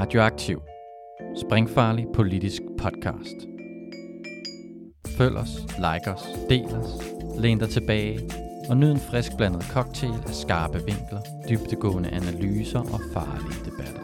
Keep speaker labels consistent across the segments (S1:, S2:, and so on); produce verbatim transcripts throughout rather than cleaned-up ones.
S1: Radioaktiv. Springfarlig politisk podcast. Følg os, like os, del os, læn dig tilbage og nyd en frisk blandet cocktail af skarpe vinkler, dybdegående analyser og farlige debatter.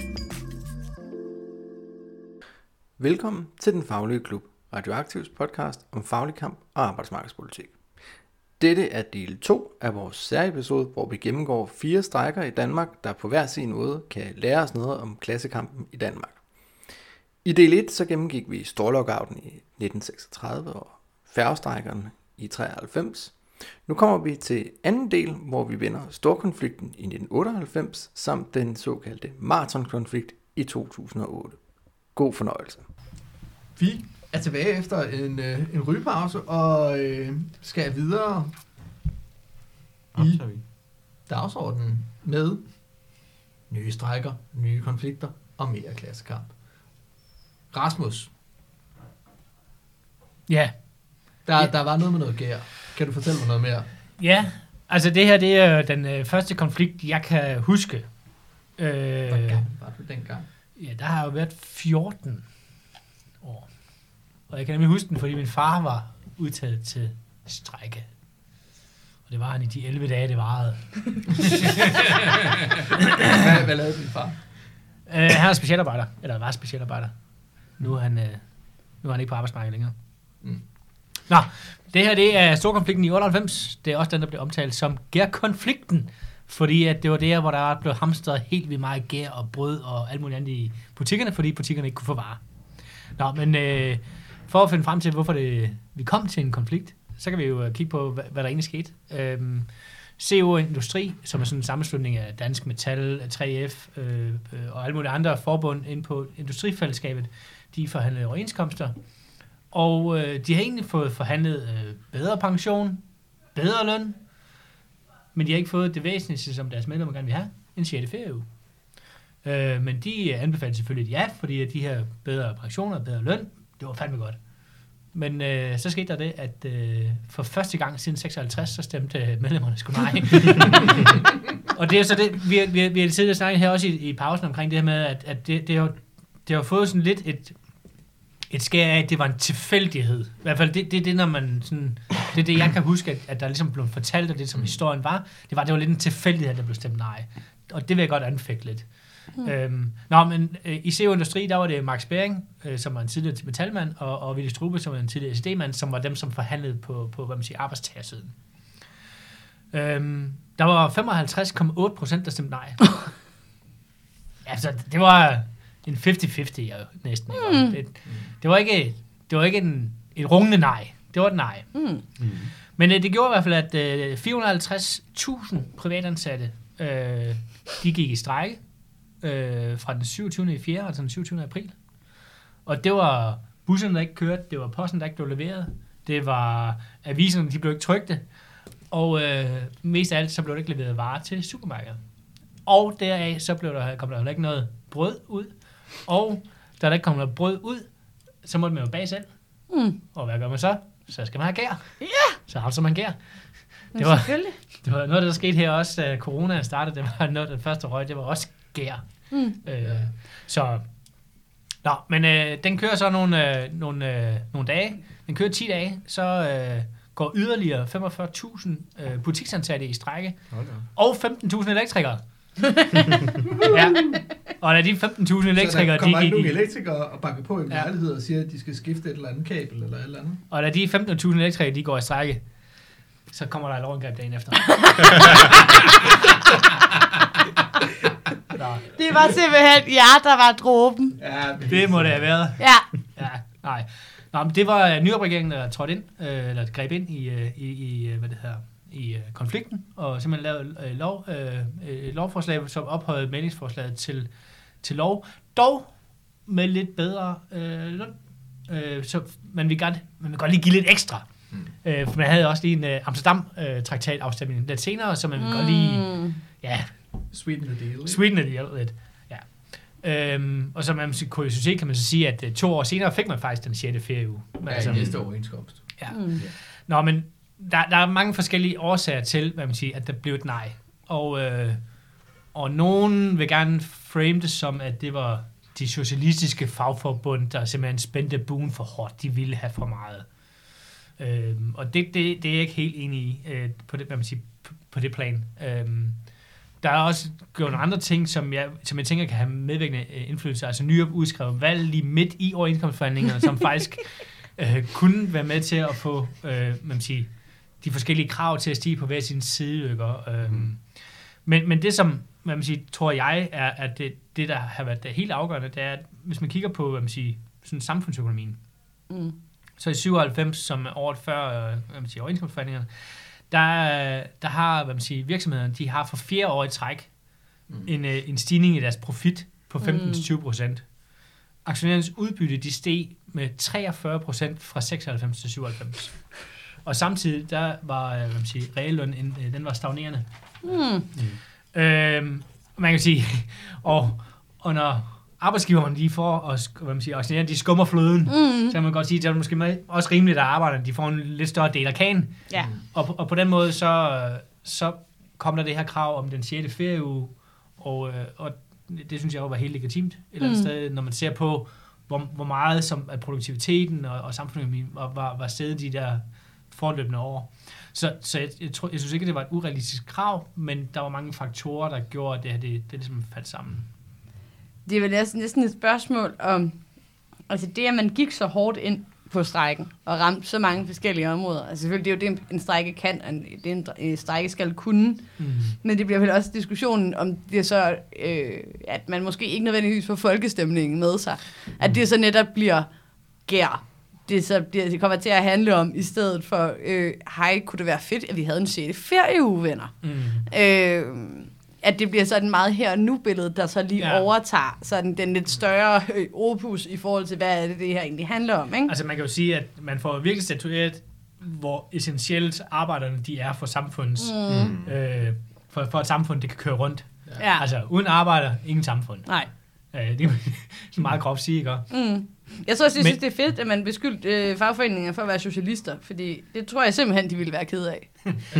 S2: Velkommen til Den Faglige Klub, Radioaktivs podcast om faglig kamp og arbejdsmarkedspolitik. Dette er del to af vores serieepisode, hvor vi gennemgår fire strejker i Danmark, der på hver sin måde kan lære os noget om klassekampen i Danmark. I del et så gennemgik vi storlockouten i nitten seksogtredive og færgestrejkerne i treoghalvfems. Nu kommer vi til anden del, hvor vi vender storkonflikten i nitten otteoghalvfems samt den såkaldte maratonkonflikt i to tusind og otte. God fornøjelse.
S3: Vi er tilbage efter en, øh, en rygepause og øh, skal videre i dagsordenen med nye strejker, nye konflikter og mere klassekamp. Rasmus.
S4: Ja.
S3: Der, der var noget med noget gær. Kan du fortælle mig noget mere?
S4: Ja, altså det her, det er den øh, første konflikt, jeg kan huske. Øh,
S3: Hvor gammel var du dengang?
S4: Ja, der har jo været fjorten år. Og jeg kan nemlig huske den, fordi min far var udtaget til strejke. Og det var han i de elleve dage, det varede.
S3: hvad, hvad lavede din far?
S4: Øh, han er specialarbejder, eller var specialarbejder. Nu er han, øh, nu er han ikke på arbejdsmarkedet længere. Mm. Nå, det her det er storkonflikten i otteoghalvfems. Det er også den, der blev omtalt som gærkonflikten. Fordi at det var der, hvor der blev hamstret helt vildt meget gær og brød og alt muligt andet i butikkerne, fordi butikkerne ikke kunne få varer. Nå, men øh, for at finde frem til, hvorfor det, vi kom til en konflikt, så kan vi jo kigge på, hvad, hvad der egentlig skete. Øhm, C O Industri, som er sådan en sammenslutning af Dansk Metal, tre F øh, øh, og alle mulige andre forbund inde på industrifællesskabet, de forhandlede overenskomster. Og øh, de har egentlig fået forhandlet øh, bedre pension, bedre løn, men de har ikke fået det væsentligste, som deres medlemmer gerne vil have, en sjette ferieuge. Øh, men de anbefalede selvfølgelig ja, fordi de her bedre pensioner og bedre løn, det var fandme godt. Men øh, så skete der det, at øh, for første gang siden seksoghalvtreds, så stemte medlemmerne sgu nej. Og det er så det, vi, vi, vi har tidligere snakket her også i, i pausen omkring det her med, at, at det, det, har, det har fået sådan lidt et, et skær af, at det var en tilfældighed. I hvert fald det, det, det når man sådan, det er det, jeg kan huske, at, at der ligesom blev fortalt, og det som historien var, det var, det var lidt en tilfældighed, at der blev stemt nej. Og det vil jeg godt anfægte lidt. Hmm. Øhm, nå, men øh, i C O Industri, der var det Max Bering, øh, som var en tidligere metalmand, og, og Willy Strube, som var en tidligere S D-mand, som var dem, som forhandlede på, på hvad man siger, arbejdstagersiden. Øhm, der var femoghalvtreds komma otte procent, der stemte nej. Altså, det var en halvtreds halvtreds ja, næsten. Mm. Det, det var ikke, det var ikke en, et rungende nej. Det var et nej. Mm. Mm. Men øh, det gjorde i hvert fald, at øh, fire hundrede og halvtreds tusind privatansatte, øh, de gik i strejke. Øh, fra den syvogtyvende i fjerde, altså den syvogtyvende april. Og det var busserne, der ikke kørte, det var posten, der ikke blev leveret, det var aviserne, de blev ikke trykte, og øh, mest af alt, så blev der ikke leveret varer til supermarkedet. Og deraf, så blev der, kom der heller ikke noget brød ud, og da der ikke kom noget brød ud, så måtte man jo bage selv. Mm. Og hvad gør man så? Så skal man have gær. Ja! Yeah. Så har man gær. Det var, det var noget, der skete her også, da corona startede, det var noget, den første røg, det var også gær. Mm. Øh, så, nå, men øh, den kører så nogle, øh, nogle, øh, nogle dage. Den kører ti dage, så øh, går yderligere femogfyrre tusind øh, butiksansatte i strejke, okay. Og femten tusind elektrikere. Ja. Og da de femten tusind elektrikere...
S3: Så der kommer
S4: de,
S3: nogle elektrikere og banker på i en lejlighed og siger, at de skal skifte et eller andet kabel eller et eller andet.
S4: Og da de femten tusind elektrikere, de går i strejke, så kommer der et lovindgreb dagen efter.
S5: Det var simpelthen jer, der var dråben.
S4: Ja, det må det have været.
S5: Ja.
S4: Ja, nej. Nå, men det var Nyrup-regeringen, der trådte ind, øh, eller greb ind i, i, i hvad det hedder, i øh, konflikten, og simpelthen lavede øh, lov, øh, lovforslag, som ophøjede meningsforslaget til, til lov, dog med lidt bedre øh, løn. Øh, så man vil, godt, man vil godt lige give lidt ekstra. Mm. Øh, for man havde også lige en øh, Amsterdam-traktatafstemning lidt senere, så man vil mm. godt lige... Ja,
S3: Sweeten the deal.
S4: Sweeten the deal lidt, ja. Øhm, og så man kuriositet kan man så sige, at uh, to år senere fik man faktisk den sjette ferieuge.
S3: Ja, altså, næste overenskomst.
S4: Ja. Mm. Nå, men der, der er mange forskellige årsager til, hvad man siger, at der blev et nej. Og øh, og nogen vil gerne frame det som, at det var de socialistiske fagforbund, der simpelthen spændte buen for hårdt. De ville have for meget. Øhm, og det, det, det er jeg ikke helt enig i øh, på, det, hvad man siger, på, på det plan. Øhm, der er også gjort nogle andre ting, som jeg, som jeg tænker kan have medvirkende øh, indflydelse. Altså nyop udskrevet valg lige midt i overenskomstforhandlingerne, som faktisk øh, kunne være med til at få øh, man siger, de forskellige krav til at stige på hver sin side. Øhm, mm. men, men det, som hvad man siger, tror jeg, er at det, det, der har været det helt afgørende, det er, at hvis man kigger på hvad man siger, sådan samfundsøkonomien, mm. så i syvoghalvfems, som er året før hvad man siger, overenskomstforhandlingerne, der, der har hvad man siger, virksomhederne, de har for fjerde år i træk mm. en, en stigning i deres profit på femten til tyve procent. Aktionærernes udbytte, de steg med treogfyrre procent fra seksoghalvfems til syvoghalvfems. Og samtidig, der var hvad man siger, realløn, den var stagnerende. Mm. Mm. Øhm, man kan sige, og, og når arbejdsgiverne, de får, og hvad man siger, aktionærerne, de skummer fløden, mm. så kan man godt sige, at det er måske også rimeligt, at arbejderne, de får en lidt større del af kagen. Ja. Og, og på den måde, så, så kom der det her krav om den sjette ferieuge, og, og det synes jeg jo var helt legitimt. Et eller andet mm. sted, når man ser på, hvor, hvor meget som at produktiviteten og, og samfundsøkonomien var, var, var stedet de der forløbende år. Så, så jeg, jeg, tror, jeg synes ikke, det var et urealistisk krav, men der var mange faktorer, der gjorde, at det her det, det ligesom faldt sammen.
S5: Det er vel næsten, næsten et spørgsmål om, altså det, at man gik så hårdt ind på strejken, og ramte så mange forskellige områder. Altså selvfølgelig, det er jo det, en strejke kan, og det en, en strejke skal kunne, mm. men det bliver vel også diskussionen om det så, øh, at man måske ikke nødvendigvis får folkestemningen med sig. At det så netop bliver gær. Det, så bliver, det kommer til at handle om, i stedet for, øh, hej, kunne det være fedt, at vi havde en sjette ferieuge, venner. Mm. Øh, at det bliver sådan meget her og nu-billede, der så lige ja. overtager sådan den lidt større øh, opus i forhold til, hvad er det, det her egentlig handler om, ikke?
S4: Altså man kan jo sige, at man får virkelig statueret, hvor essentielt arbejderne de er for samfunds, mm. øh, for, for et samfund, det kan køre rundt. Ja. Altså uden arbejder, ingen samfund. Nej. Øh, det er så meget groft sige, ikke? Mm.
S5: Jeg tror, jeg synes, men, det er fedt, at man beskyldte øh, fagforeninger for at være socialister, fordi det tror jeg simpelthen, de ville være ked af.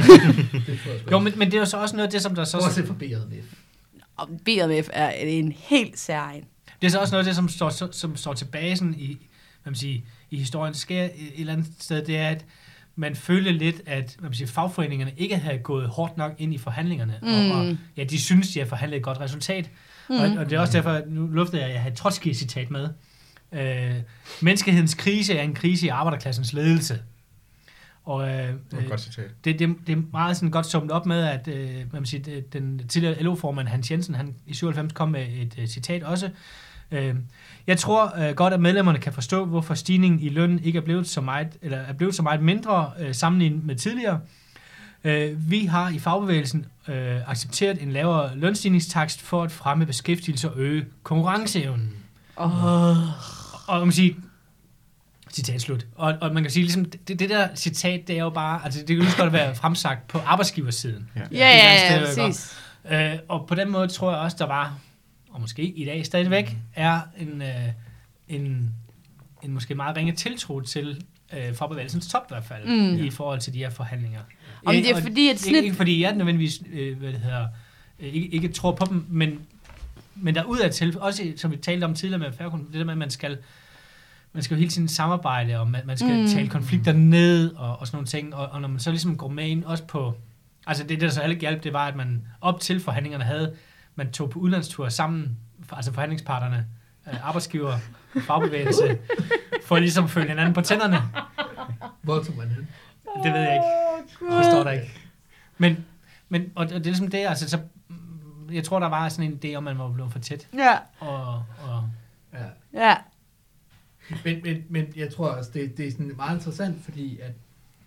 S4: Jo, men, men det er jo så også noget af det, som der så...
S3: Bortset fra B R M F.
S5: Og B R M F er en helt særlig.
S4: Det er så også noget af det, som står, som står tilbage sådan i, hvad man siger, i historien. Det sker et eller andet sted, det er, at man følte lidt, at hvad man siger, fagforeningerne ikke havde gået hårdt nok ind i forhandlingerne. Mm. Og, og ja, de synes, de har forhandlet et godt resultat. Mm. Og, og det er også derfor, nu luftede jeg, at jeg havde et Trotsky-citat med. Øh, menneskehedens krise er en krise i arbejderklassens ledelse. Og øh, det, det, det, det er meget sådan godt summet op med, at øh, man siger, det, den tidligere L O-formand Hans Jensen, han i syvoghalvfems kom med et øh, citat også. Øh, jeg tror øh, godt, at medlemmerne kan forstå, hvorfor stigningen i lønnen ikke er blevet så meget, eller er blevet så meget mindre øh, sammenlignet med tidligere. Øh, vi har i fagbevægelsen øh, accepteret en lavere lønstigningstakst for at fremme beskæftigelse og øge konkurrenceevnen. Oh. Og man kan sige, citat slut. Og, og man kan sige, ligesom, det, det der citat, det er jo bare, altså det kan jo lige godt være fremsagt på arbejdsgiversiden.
S5: Ja, ja, ja, ja, præcis.
S4: Øh, og på den måde tror jeg også, der var, og måske i dag stadigvæk, er en, øh, en, en måske meget ringe tiltro til øh, fagbevægelsens top i hvert fald, mm. i forhold til de her forhandlinger.
S5: Om det er fordi, at snit...
S4: Ikke, ikke fordi jeg nødvendigvis øh, hvad det hedder, øh, ikke, ikke tror på dem, men Men der udadtil, også som vi talte om tidligere med Færøerne, det der med, at man skal, man skal jo hele tiden samarbejde, og man, man skal mm. tale konflikter ned, og, og sådan nogle ting, og, og når man så ligesom går med ind, også på, altså det, det der så heller ikke hjalp, det var, at man op til forhandlingerne havde, man tog på udlandsture sammen, altså forhandlingsparterne, arbejdsgiver, fagbevægelse, for ligesom at følge hinanden på tænderne.
S3: Hvor tog man hen?
S4: Det ved jeg ikke. Det står der ikke. Men, men og det er ligesom det, altså så, jeg tror, der var sådan en idé, om man var blevet for tæt.
S5: Ja.
S4: Og, og
S5: ja. Ja.
S3: Men, men, men jeg tror også, det, det er sådan meget interessant, fordi at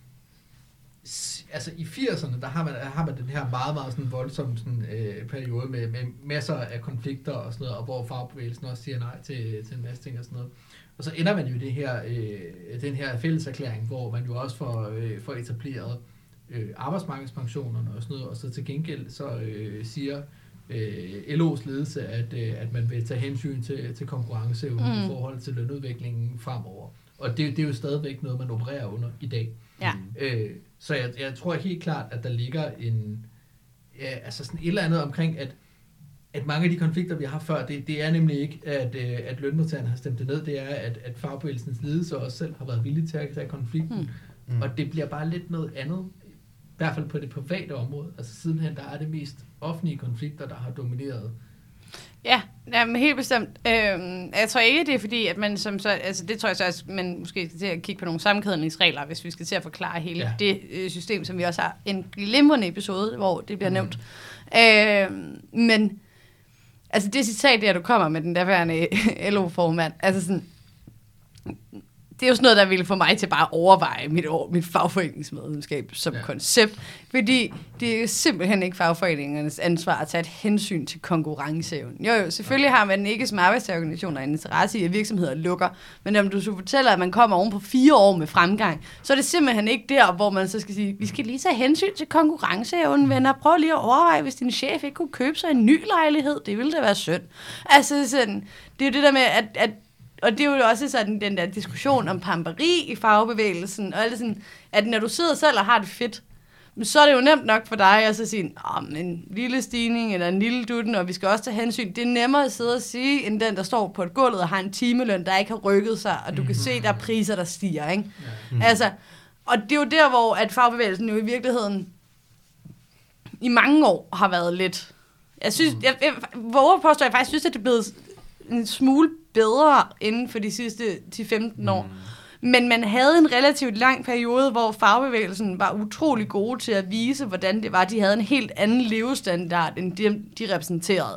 S3: altså i firserne, der har man, har man den her meget, meget sådan voldsom sådan, øh, periode med, med masser af konflikter og sådan noget, og hvor fagbevægelsen også siger nej til, til en masse ting og sådan noget. Og så ender man jo i det her, øh, den her fælleserklæring, hvor man jo også får, øh, får etableret øh, arbejdsmarkedspensionerne og sådan noget, og så til gengæld så øh, siger øh, L O's ledelse, at, øh, at man vil tage hensyn til, til konkurrenceevnen mm. i forhold til lønudviklingen fremover. Og det, det er jo stadigvæk noget, man opererer under i dag.
S5: Ja.
S3: Øh, så jeg, jeg tror helt klart, at der ligger en, ja, altså sådan et eller andet omkring, at at mange af de konflikter, vi har haft før, det, det er nemlig ikke, at, øh, at lønmodtagerne har stemt det ned, det er, at, at fagbevægelsens ledelse også selv har været villige til at tage konflikten. Mm. Og det bliver bare lidt noget andet, i hvert fald på det private område. Altså sidenhen, der er det mest offentlige konflikter, der har domineret.
S5: Ja, jamen, helt bestemt. Øhm, jeg tror ikke, det er fordi, at man som så, altså det tror jeg så, at man måske skal til at kigge på nogle sammenkædningsregler, hvis vi skal til at forklare hele ja. det øh, system, som vi også har en glimrende episode, hvor det bliver nævnt. Mm. Øhm, men, altså det citat der, du kommer med den derværende L O-formand, altså sådan, det er jo sådan noget, der ville få mig til bare at overveje mit, mit fagforeningsmedlemskab som ja. koncept, fordi det er simpelthen ikke fagforeningernes ansvar at tage et hensyn til konkurrenceevnen. Jo, jo, selvfølgelig har man ikke som arbejdstagerorganisationer en interesse i, at virksomheder lukker, men om du så fortæller, at man kommer oven på fire år med fremgang, så er det simpelthen ikke der, hvor man så skal sige, vi skal lige tage hensyn til konkurrenceevnen, venner. Prøv lige at overveje, hvis din chef ikke kunne købe sig en ny lejlighed, det ville da være synd. Altså sådan, det er jo det der med, at, at og det er jo også sådan den der diskussion om pamperi i fagbevægelsen, og alt sådan, at når du sidder selv og har det fedt, så er det jo nemt nok for dig at så sige, oh, en lille stigning eller en lille dutten, og vi skal også tage hensyn. Det er nemmere at sidde og sige, end den, der står på et gulv og har en timeløn, der ikke har rykket sig, og du kan se, der er priser, der stiger. Ikke? Ja. Altså, og det er jo der, hvor at fagbevægelsen jo i virkeligheden i mange år har været lidt... Jeg synes, jeg, jeg våger påstår, jeg faktisk synes, at det er blevet en smule bedre inden for de sidste ti til femten år. Mm. Men man havde en relativt lang periode, hvor fagbevægelsen var utrolig gode til at vise, hvordan det var. De havde en helt anden levestandard, end de, de repræsenterede.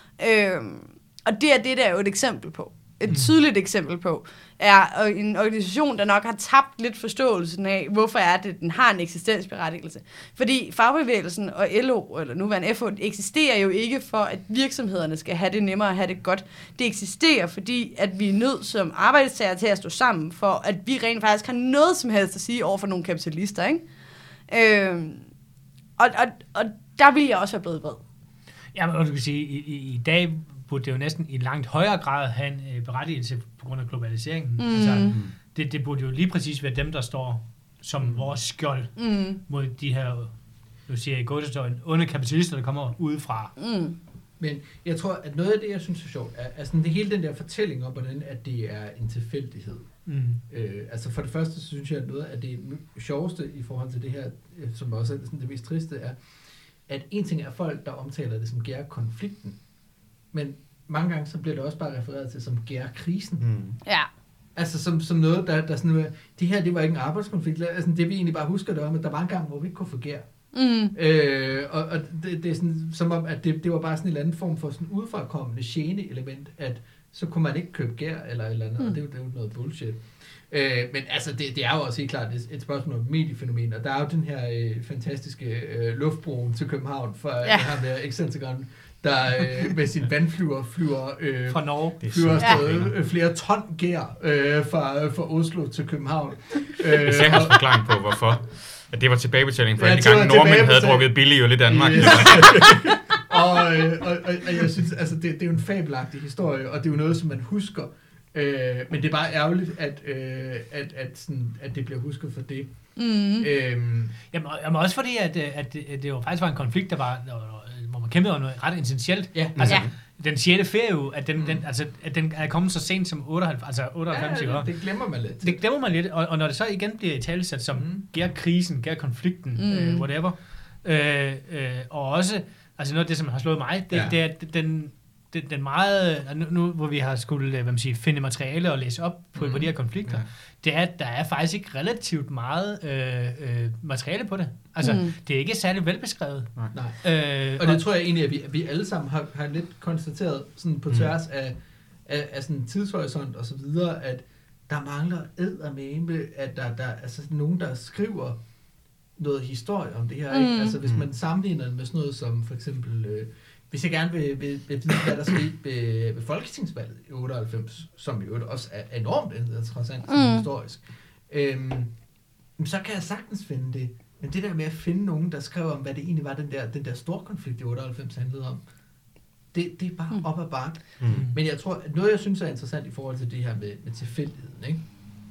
S5: Øhm, og det er det, der er jo et eksempel på. Et tydeligt eksempel på, er en organisation, der nok har tabt lidt forståelsen af, hvorfor er det, den har en eksistensberettigelse. Fordi fagbevægelsen og L O, eller nuværende F H, eksisterer jo ikke for, at virksomhederne skal have det nemmere at have det godt. Det eksisterer, fordi at vi er nødt som arbejdstager til at stå sammen, for at vi rent faktisk har noget som helst at sige over for nogle kapitalister. Ikke? Øhm, og, og, og der vil jeg også have blevet vred.
S4: Ja, men du kan sige, i, i, i dag burde det jo næsten i langt højere grad have en øh, berettigelse på grund af globaliseringen. Mm. Altså, det, det burde jo lige præcis være dem, der står som mm. vores skjold mm. mod de her, nu siger jeg i gåsestøjen, onde kapitalister, der kommer udefra. Mm.
S3: Men jeg tror, at noget af det, jeg synes er sjovt, er, er sådan det hele den der fortælling om, hvordan at det er en tilfældighed. Mm. Øh, altså for det første, så synes jeg, at noget af det sjoveste i forhold til det her, som også er sådan det mest triste, er, at en ting er folk, der omtaler det som gærkonflikten, men mange gange så bliver det også bare refereret til som gærkrisen. Mm.
S5: Ja.
S3: Altså som, som noget, der, der sådan, det her, det var ikke en arbejdskonflikt. Altså det vi egentlig bare husker det om, at der var en gang, hvor vi ikke kunne få gær. Mm. Øh, og og det, det er sådan, som om, at det, det var bare sådan en eller anden form for sådan udefrakommende gene-element, at så kunne man ikke købe gær eller et eller andet, mm. og det, det er jo noget bullshit. Øh, men altså, det, det er jo også helt klart et, et spørgsmål om mediefænomen, og der er jo den her øh, fantastiske øh, luftbroen til København fra ja. ham der Excentricon, der øh, med sin vandflyver flyver, øh,
S4: fra Norge.
S3: flyver afsted øh, flere ton gær øh, fra, fra Oslo til København.
S6: Øh, jeg ser hans forklaring på, hvorfor. At det var tilbagebetaling for ja, alle de gange nordmænd havde drukket billig øl i Danmark. Yes.
S3: og, øh, og, og, og jeg synes, altså det, det er jo en fabelagtig historie, og det er jo noget, som man husker. Øh, men det er bare ærgerligt, at, øh, at, at, sådan, at det bliver husket for det. Mm.
S4: Øhm. Jamen, jamen også fordi, at, at, at det jo faktisk var en konflikt, der var, hvor man kæmpede om noget ret essentielt.
S3: Ja.
S4: Altså,
S5: ja.
S4: Den sjette ferie, at den, mm. den, altså, at den er kommet så sent som otteoghalvfems, altså otteoghalvfems
S3: ja,
S4: år.
S3: Det glemmer man lidt.
S4: Det glemmer man lidt, og, og når det så igen bliver talsat som mm. gærkrisen, gærkonflikten, mm. øh, whatever, øh, øh, og også, altså noget af det, som har slået mig, det, ja. det er den, den, den meget, nu, nu hvor vi har skulle hvad man siger, finde materiale og læse op på, mm. på de her konflikter, ja. det er, at der er faktisk ikke relativt meget øh, øh, materiale på det. Altså, mm. det er ikke særlig velbeskrevet.
S3: Nej. Øh, og det og, tror jeg egentlig, at vi, vi alle sammen har, har lidt konstateret sådan på tværs mm. af, af, af sådan tidshorisont og så videre, at der mangler eddermame, at der, der er altså nogen, der skriver noget historie om det her. Mm. Ikke? Altså, hvis man sammenligner det med sådan noget som for eksempel... Øh, Hvis jeg gerne vil, vil, vil vide, hvad der skete ved, ved Folketingsvalget i otteoghalvfems, som jo også er enormt interessant mm. historisk, øhm, så kan jeg sagtens finde det. Men det der med at finde nogen, der skrev om, hvad det egentlig var, den der, den der store konflikt i otteoghalvfems handlede om, det, det er bare mm. op ad bakke. Mm. Men jeg tror, at noget, jeg synes er interessant i forhold til det her med, med tilfældigheden, ikke?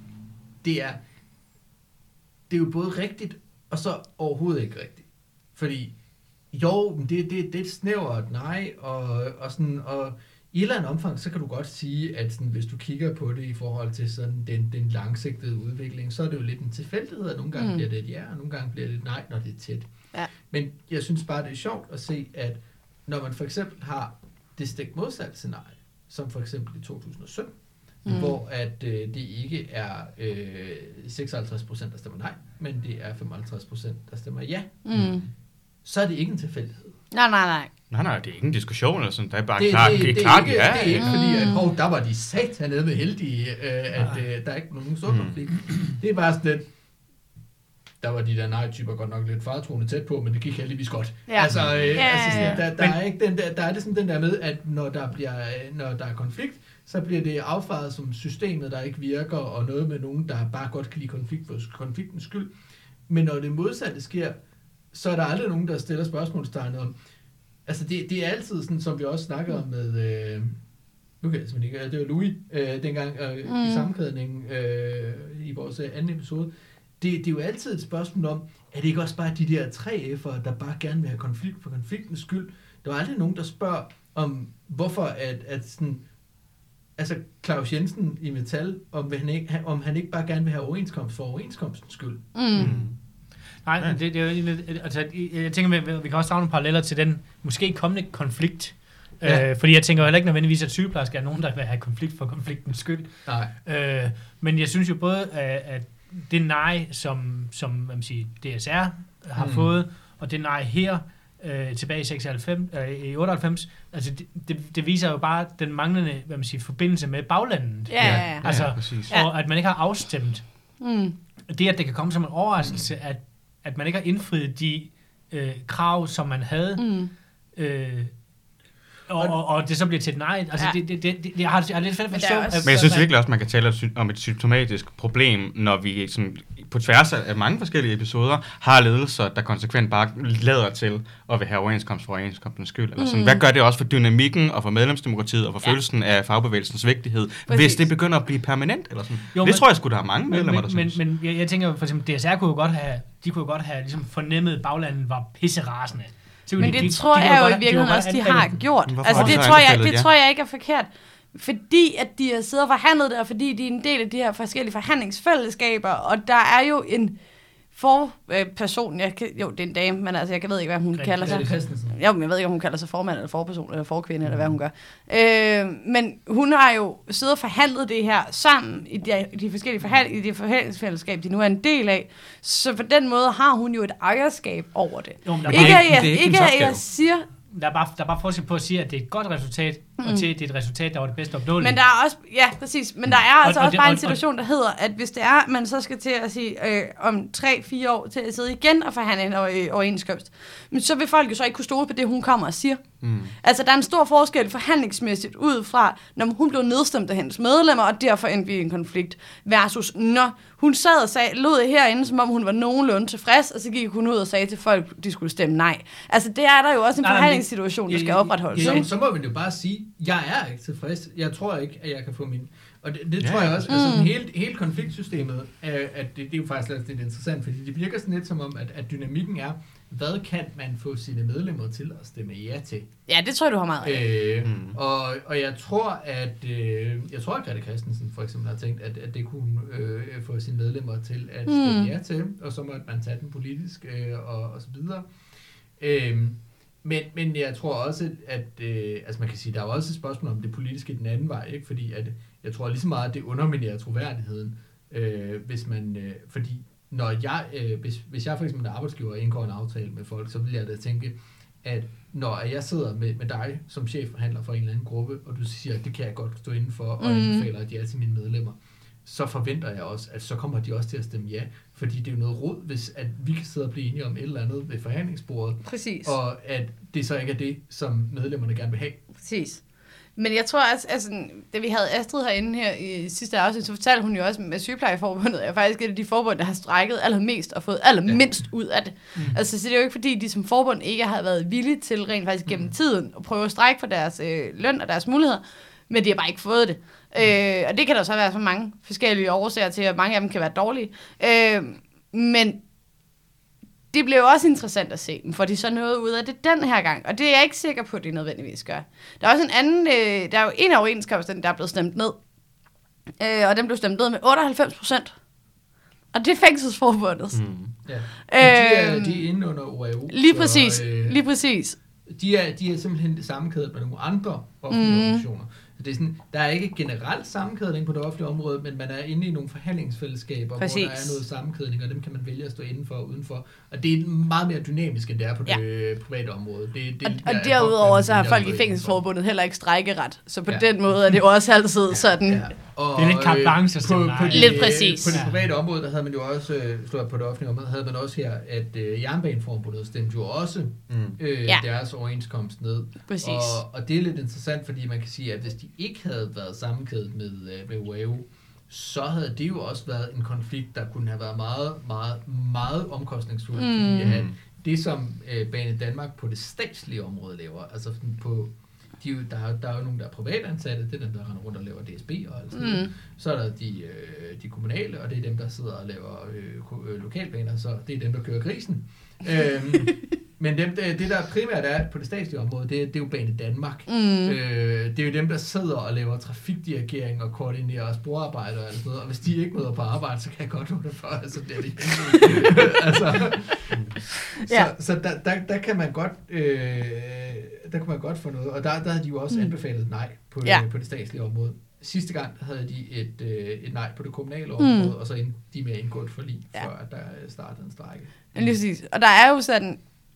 S3: Det er, det er jo både rigtigt, og så overhovedet ikke rigtigt. Fordi Jo, men det, det, det er et snævert nej, og, og, sådan, og i et eller andet omfang, så kan du godt sige, at sådan, hvis du kigger på det i forhold til sådan den, den langsigtede udvikling, så er det jo lidt en tilfældighed, at nogle gange mm. bliver det et ja, og nogle gange bliver det et nej, når det er tæt.
S5: Ja.
S3: Men jeg synes bare, det er sjovt at se, at når man for eksempel har det stik modsatte scenarie, som for eksempel i to tusind og sytten, mm. hvor at øh, det ikke er øh, seksoghalvtreds procent, der stemmer nej, men det er femoghalvtreds procent, der stemmer ja,
S5: Mm.
S3: så er det ikke en tilfældighed.
S5: Nej, nej, nej.
S6: Nej, nej, det er ikke en diskussion eller sådan. Det er bare
S3: Det,
S6: klart,
S3: det,
S6: det,
S3: det,
S6: det er klart,
S3: ikke,
S6: ja.
S3: det er ikke
S5: Mm.
S3: fordi, at hov, der var de sat hernede med heldige, øh, at øh, der er ikke nogen storkonflikt. Mm. Det er bare sådan lidt, der var de der nej-typer godt nok lidt faretroende tæt på, men det gik heldigvis godt.
S5: Ja.
S3: Altså, øh,
S5: Ja,
S3: altså sådan,
S5: ja,
S3: der, der, er ikke den der, der er det sådan den der med, at når der, bliver, øh, når der er konflikt, så bliver det affejet som systemet, der ikke virker, og noget med nogen, der bare godt kan lide konflikt for konfliktens skyld. Men når det modsatte sker, så er der aldrig nogen, der stiller spørgsmålstegn om. Altså, det, det er altid sådan, som vi også snakkede om med... Øh, nu kan jeg simpelthen ikke... Det var Louis, øh, dengang øh, mm. i sammenkædningen øh, i vores øh, anden episode. Det, det er jo altid et spørgsmål om, er det ikke også bare de der tre F'ere, der bare gerne vil have konflikt for konfliktens skyld? Der var aldrig nogen, der spørger om, hvorfor at, at sådan... Altså, Claus Jensen i Metal, om han, ikke, om han ikke bare gerne vil have overenskomst for overenskomstens skyld.
S5: Mm.
S6: Mm.
S4: Nej,
S6: Ja.
S4: det, det er jo lidt, altså, jeg tænker, vi, vi kan også drage nogle paralleller til den måske kommende konflikt.
S3: Ja.
S4: Øh, fordi jeg tænker heller ikke nødvendigvis, at sygeplejersker er nogen, der vil have konflikt for konfliktens skyld.
S3: Nej.
S4: Øh, men jeg synes jo både, at, at det nej, som, som hvad man siger, D S R har
S3: Mm.
S4: mm. fået, og det nej her, øh, tilbage i, seksoghalvfems, øh, i otteoghalvfems, altså det, det, det viser jo bare den manglende hvad man siger, forbindelse med baglandet.
S5: Ja, ja, ja.
S4: Altså,
S6: Ja, præcis.
S4: og at man ikke har afstemt.
S5: Mm.
S4: Det, at det kan komme som en overraskelse, at, at man ikke har indfriet de øh, krav, som man havde,
S5: Mm.
S4: øh, og, og, og det så bliver til et nej. Altså,
S5: Ja.
S4: det, det, det, det, jeg har, jeg har lidt fedt
S5: Men
S4: at
S5: der er
S4: forstå.
S5: også-
S4: at-
S6: Men jeg synes
S4: at man-
S6: virkelig også, man kan tale om et symptomatisk problem, når vi sådan, på tværs af mange forskellige episoder har ledelser, der konsekvent bare lader til at vil have overenskomst for overenskomstens skyld. Eller sådan.
S5: Mm.
S6: Hvad gør det også for dynamikken og for medlemsdemokratiet og for
S5: Ja.
S6: følelsen af fagbevægelsens vigtighed,
S5: Præcis.
S6: hvis det begynder at blive permanent? Eller sådan?
S4: Jo,
S6: Jo, det
S4: men-
S6: tror jeg sgu, der er mange
S4: men,
S6: medlemmer, der
S4: men,
S6: synes.
S4: men, men jeg, jeg tænker for eksempel, D S R kunne jo godt have, de kunne jo godt have ligesom fornemmet, at baglandet var pisserasende. Så
S5: Men
S4: de-
S5: det
S4: de-
S5: tror
S4: de kunne
S5: jeg jo
S4: godt-
S5: i
S4: de kunne
S5: virkeligheden
S4: godt
S5: også, de
S4: anbefale
S5: har
S4: dem.
S5: gjort.
S6: Men hvorfor
S5: Altså
S6: har de
S5: det
S6: så
S5: tror, jeg,
S6: anbefalet
S5: det
S6: det?
S5: tror jeg ikke er forkert. Fordi at de har siddet og forhandlet det, og fordi de er en del af de her forskellige forhandlingsfællesskaber, og der er jo en forperson, jeg kan, jo, det er en dame, men altså, jeg ved ikke, hvad hun
S4: Grete
S5: kalder sig.
S3: Grete Christensen.
S5: Jo, men jeg ved ikke, om hun kalder sig formand, eller forperson, eller forkvinde, eller hvad hun gør. Øh, men hun har jo siddet og forhandlet det her sammen i de, de forskellige forhandl- i det forhandlingsfællesskab, de nu er en del af. Så på den måde har hun jo et ejerskab over det.
S4: Jo, men der er
S5: Ikke
S4: bare-
S5: at jeg,
S6: det er ikke
S5: ikke,
S6: hendes
S5: at jeg
S6: opgave.
S5: siger...
S4: Der er, bare, der er bare forskel på at sige, at det er et godt resultat, mm. og til, at det er et resultat, der var det bedste opnåelige.
S5: Men der er også, ja, præcis. Men der er altså
S4: og
S5: også
S4: det-
S5: bare
S4: og-
S5: en situation, der hedder, at hvis det er, man så skal til at sige, øh, om tre, fire år til at sidde igen og forhandle en øh, overenskomst, men så vil folk jo så ikke kunne stole på det, hun kommer og siger.
S6: Mm.
S5: Altså, der er en stor forskel forhandlingsmæssigt ud fra, når hun blev nedstemt af hendes medlemmer, og derfor endte vi i en konflikt, versus når hun sad og sagde, lod herinde, som om hun var nogenlunde tilfreds, og så gik hun ud og sagde til folk, de skulle stemme nej. Altså, det er der jo også en
S4: Nej, men-
S5: forhandlingssituation, der skal opretholdes.
S3: Så,
S5: ikke?
S3: så må man jo bare sige, jeg er ikke tilfreds. Jeg tror ikke, at jeg kan få min... Og det, det
S6: Ja.
S3: tror jeg også, altså
S5: Mm.
S3: sådan hele, hele konfliktsystemet, er, at det, det er jo faktisk lidt interessant, fordi det virker sådan lidt som om, at, at dynamikken er, hvad kan man få sine medlemmer til at stemme ja til?
S5: Ja, det tror jeg, du har meget ret.
S3: Øh,
S6: Mm.
S3: og, og jeg tror, at øh, jeg tror, at Grete Christensen for eksempel har tænkt, at, at det kunne øh, få sine medlemmer til at stemme
S5: Mm.
S3: ja til, og så måtte man tage den politisk øh, og, og så videre. Øh, men, men jeg tror også, at øh, altså man kan sige, der er jo også et spørgsmål om det politiske den anden vej, ikke? Fordi at jeg tror lige så meget, at det underminerer troværdigheden, øh, hvis man, øh, fordi når jeg, øh, hvis, hvis jeg for eksempel er arbejdsgiver og indgår en aftale med folk, så vil jeg da tænke, at når jeg sidder med, med dig som chefforhandler for en eller anden gruppe, og du siger, at det kan jeg godt stå inden for, og
S5: Mhm.
S3: anbefaler at ja til mine medlemmer, så forventer jeg også, at så kommer de også til at stemme ja, fordi det er jo noget rod, hvis at vi kan sidde og blive enige om et eller andet ved forhandlingsbordet,
S5: Præcis.
S3: og at det så ikke er det, som medlemmerne gerne vil have.
S5: Præcis. Men jeg tror også, altså, da vi havde Astrid herinde her i sidste afsnit, så fortalte hun jo også, med sygeplejeforbundet er faktisk et af de forbund, der har strækket allermest og fået allermindst ud af det. Mm. Altså, så det er jo ikke fordi, de som forbund ikke har været villige til rent faktisk gennem
S3: Mm.
S5: tiden at prøve at strække for deres øh, løn og deres muligheder, men de har bare ikke fået det. Mm. Øh, og det kan der så være så mange forskellige årsager til, og mange af dem kan være dårlige. Øh, men det blev også interessant at se dem, for de så noget ud af det den her gang, og det er jeg ikke sikker på, at det nødvendigvis gør. Der er også en anden, øh, der er jo en af overenskomsterne, der er blevet stemt ned, øh, og den blev stemt ned med otteoghalvfems procent. Og det er fængselsforbundet. Mm.
S3: Ja. De, er, de er inde under O A U.
S5: Lige præcis,
S3: så, øh,
S5: lige præcis.
S3: De er, de er simpelthen sammenkædet med nogle andre offentlige mm. organisationer. Det er sådan, der er ikke generelt sammenkædning på det offentlige område, men man er inde i nogle forhandlingsfællesskaber, præcis. Hvor der er noget sammenkædning, og dem kan man vælge at stå indenfor og udenfor. Og det er meget mere dynamisk, end det er på ja. det private område. Det, det,
S5: og og derudover så har folk i fængselsforbundet heller ikke strejkeret, så på ja. den måde er det også altid ja. sådan... Ja.
S3: Og,
S4: det er lidt carte blanche.
S3: På, på, det,
S5: lidt præcis.
S3: På det private område, der havde man jo også, øh, på det offentlige område, havde man også her, at øh, Jernbaneforbundet stemte jo også mm. øh, ja. deres overenskomst ned.
S5: Præcis.
S3: Og, og det er lidt interessant, fordi man kan sige, at hvis de ikke havde været sammenkædet med, øh, med O A U, så havde det jo også været en konflikt, der kunne have været meget, meget, meget omkostningsfuld. Mm. Fordi at det, som øh, Banedanmark på det statslige område laver, altså på... De, der, er, der er jo nogle, der er privatansatte, det er dem, der render rundt og laver D S B og alt sådan noget. Mm. Så er der de, øh, de kommunale, og det er dem, der sidder og laver øh, lokalbaner, så det er dem, der kører grisen. øhm, men dem, det, det, der primært er på det statslige område, det, det er jo Banedanmark. Mm. Øh, det er jo dem, der sidder og laver trafikdirigering og koordinerer sporarbejde og alt sådan noget. Og hvis de ikke møder på arbejde, så kan jeg godt lade det for, altså det er det altså, så, ja. så der, der, der kan man godt øh, der kan man godt få noget, og der, der havde de jo også mm. anbefalet nej på, ja. på det statslige område. Sidste gang havde de et, øh, et nej på det kommunale område, mm. og så ind, de med indgået et forlig, ja. før at der startede en strejke.
S5: Mm. Lige præcis. Og der er jo sådan,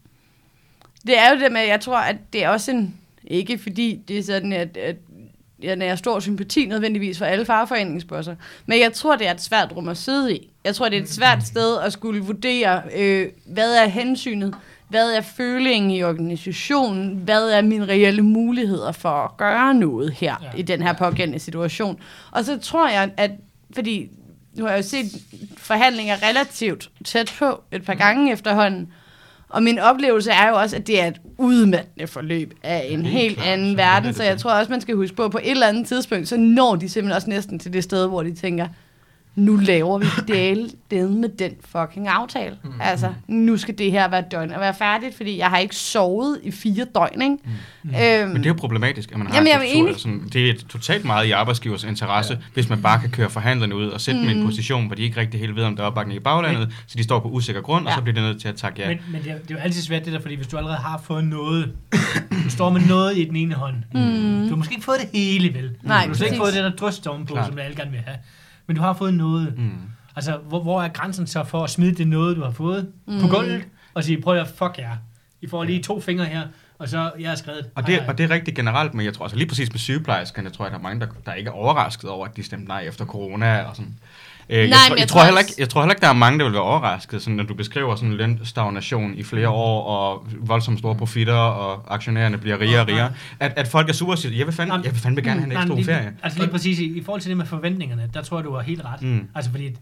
S5: det er jo det med, jeg tror, at det er også en, ikke fordi det er sådan, at, at jeg nærer stor sympati nødvendigvis for alle fagforeningsbosser, men jeg tror, det er et svært rum at sidde i. Jeg tror, det er et svært sted at skulle vurdere, øh, hvad er hensynet, hvad er følingen i organisationen, hvad er mine reelle muligheder for at gøre noget her ja. i den her pågældende situation. Og så tror jeg, at fordi nu har jeg jo set forhandlinger relativt tæt på et par gange efterhånden, og min oplevelse er jo også, at det er et udmattende forløb af en helt klar, anden verden, så jeg tror også, man skal huske på, at på et eller andet tidspunkt, så når de simpelthen også næsten til det sted, hvor de tænker, nu laver vi det med den fucking aftale. Mm. Altså, nu skal det her være døgn og være færdigt, fordi jeg har ikke sovet i fire døgn, ikke? Mm.
S6: Mm. Øhm, Men det er jo problematisk, at man har
S5: jamen,
S6: en struktur, sådan, det er totalt meget i arbejdsgivers interesse, ja. hvis man bare kan køre forhandlerne ud og sætte mm. dem i en position, hvor de ikke rigtig helt ved, om der er opbakning i baglandet, men, så de står på usikker grund, ja. og så bliver de nødt til at takke ja.
S4: Men, men det, er, det er jo altid svært det der, fordi hvis du allerede har fået noget, du står med noget i den ene hånd, mm. du har måske ikke fået det hele, vel?
S5: Nej,
S4: du har ikke fået det der drøst ovenpå, som alle gerne vil have. Men du har fået noget. Mm. Altså, hvor, hvor er grænsen så for at smide det noget, du har fået mm. på gulvet, og sige, prøv at fuck jer. I får lige to fingre her, og så jeg har skrevet.
S6: Og det, og det er rigtig generelt, men jeg tror altså lige præcis med sygeplejerskerne, tror jeg, der er mange, der, der ikke er overrasket over, at de stemte nej efter corona og sådan. Øh, jeg,
S5: Nej,
S6: tror, jeg, jeg, tror heller ikke, jeg tror heller ikke, der er mange, der vil være overrasket, sådan, når du beskriver sådan en lønstagnation i flere år, og voldsomt store profitter, og aktionærerne bliver rigere og rigere. At, at folk er sure og siger, jeg vil fandme, jeg vil fandme gerne have en ekstra ferie.
S4: Altså lige præcis, i, i forhold til det med forventningerne, der tror jeg, du har helt ret. Mm. Altså fordi,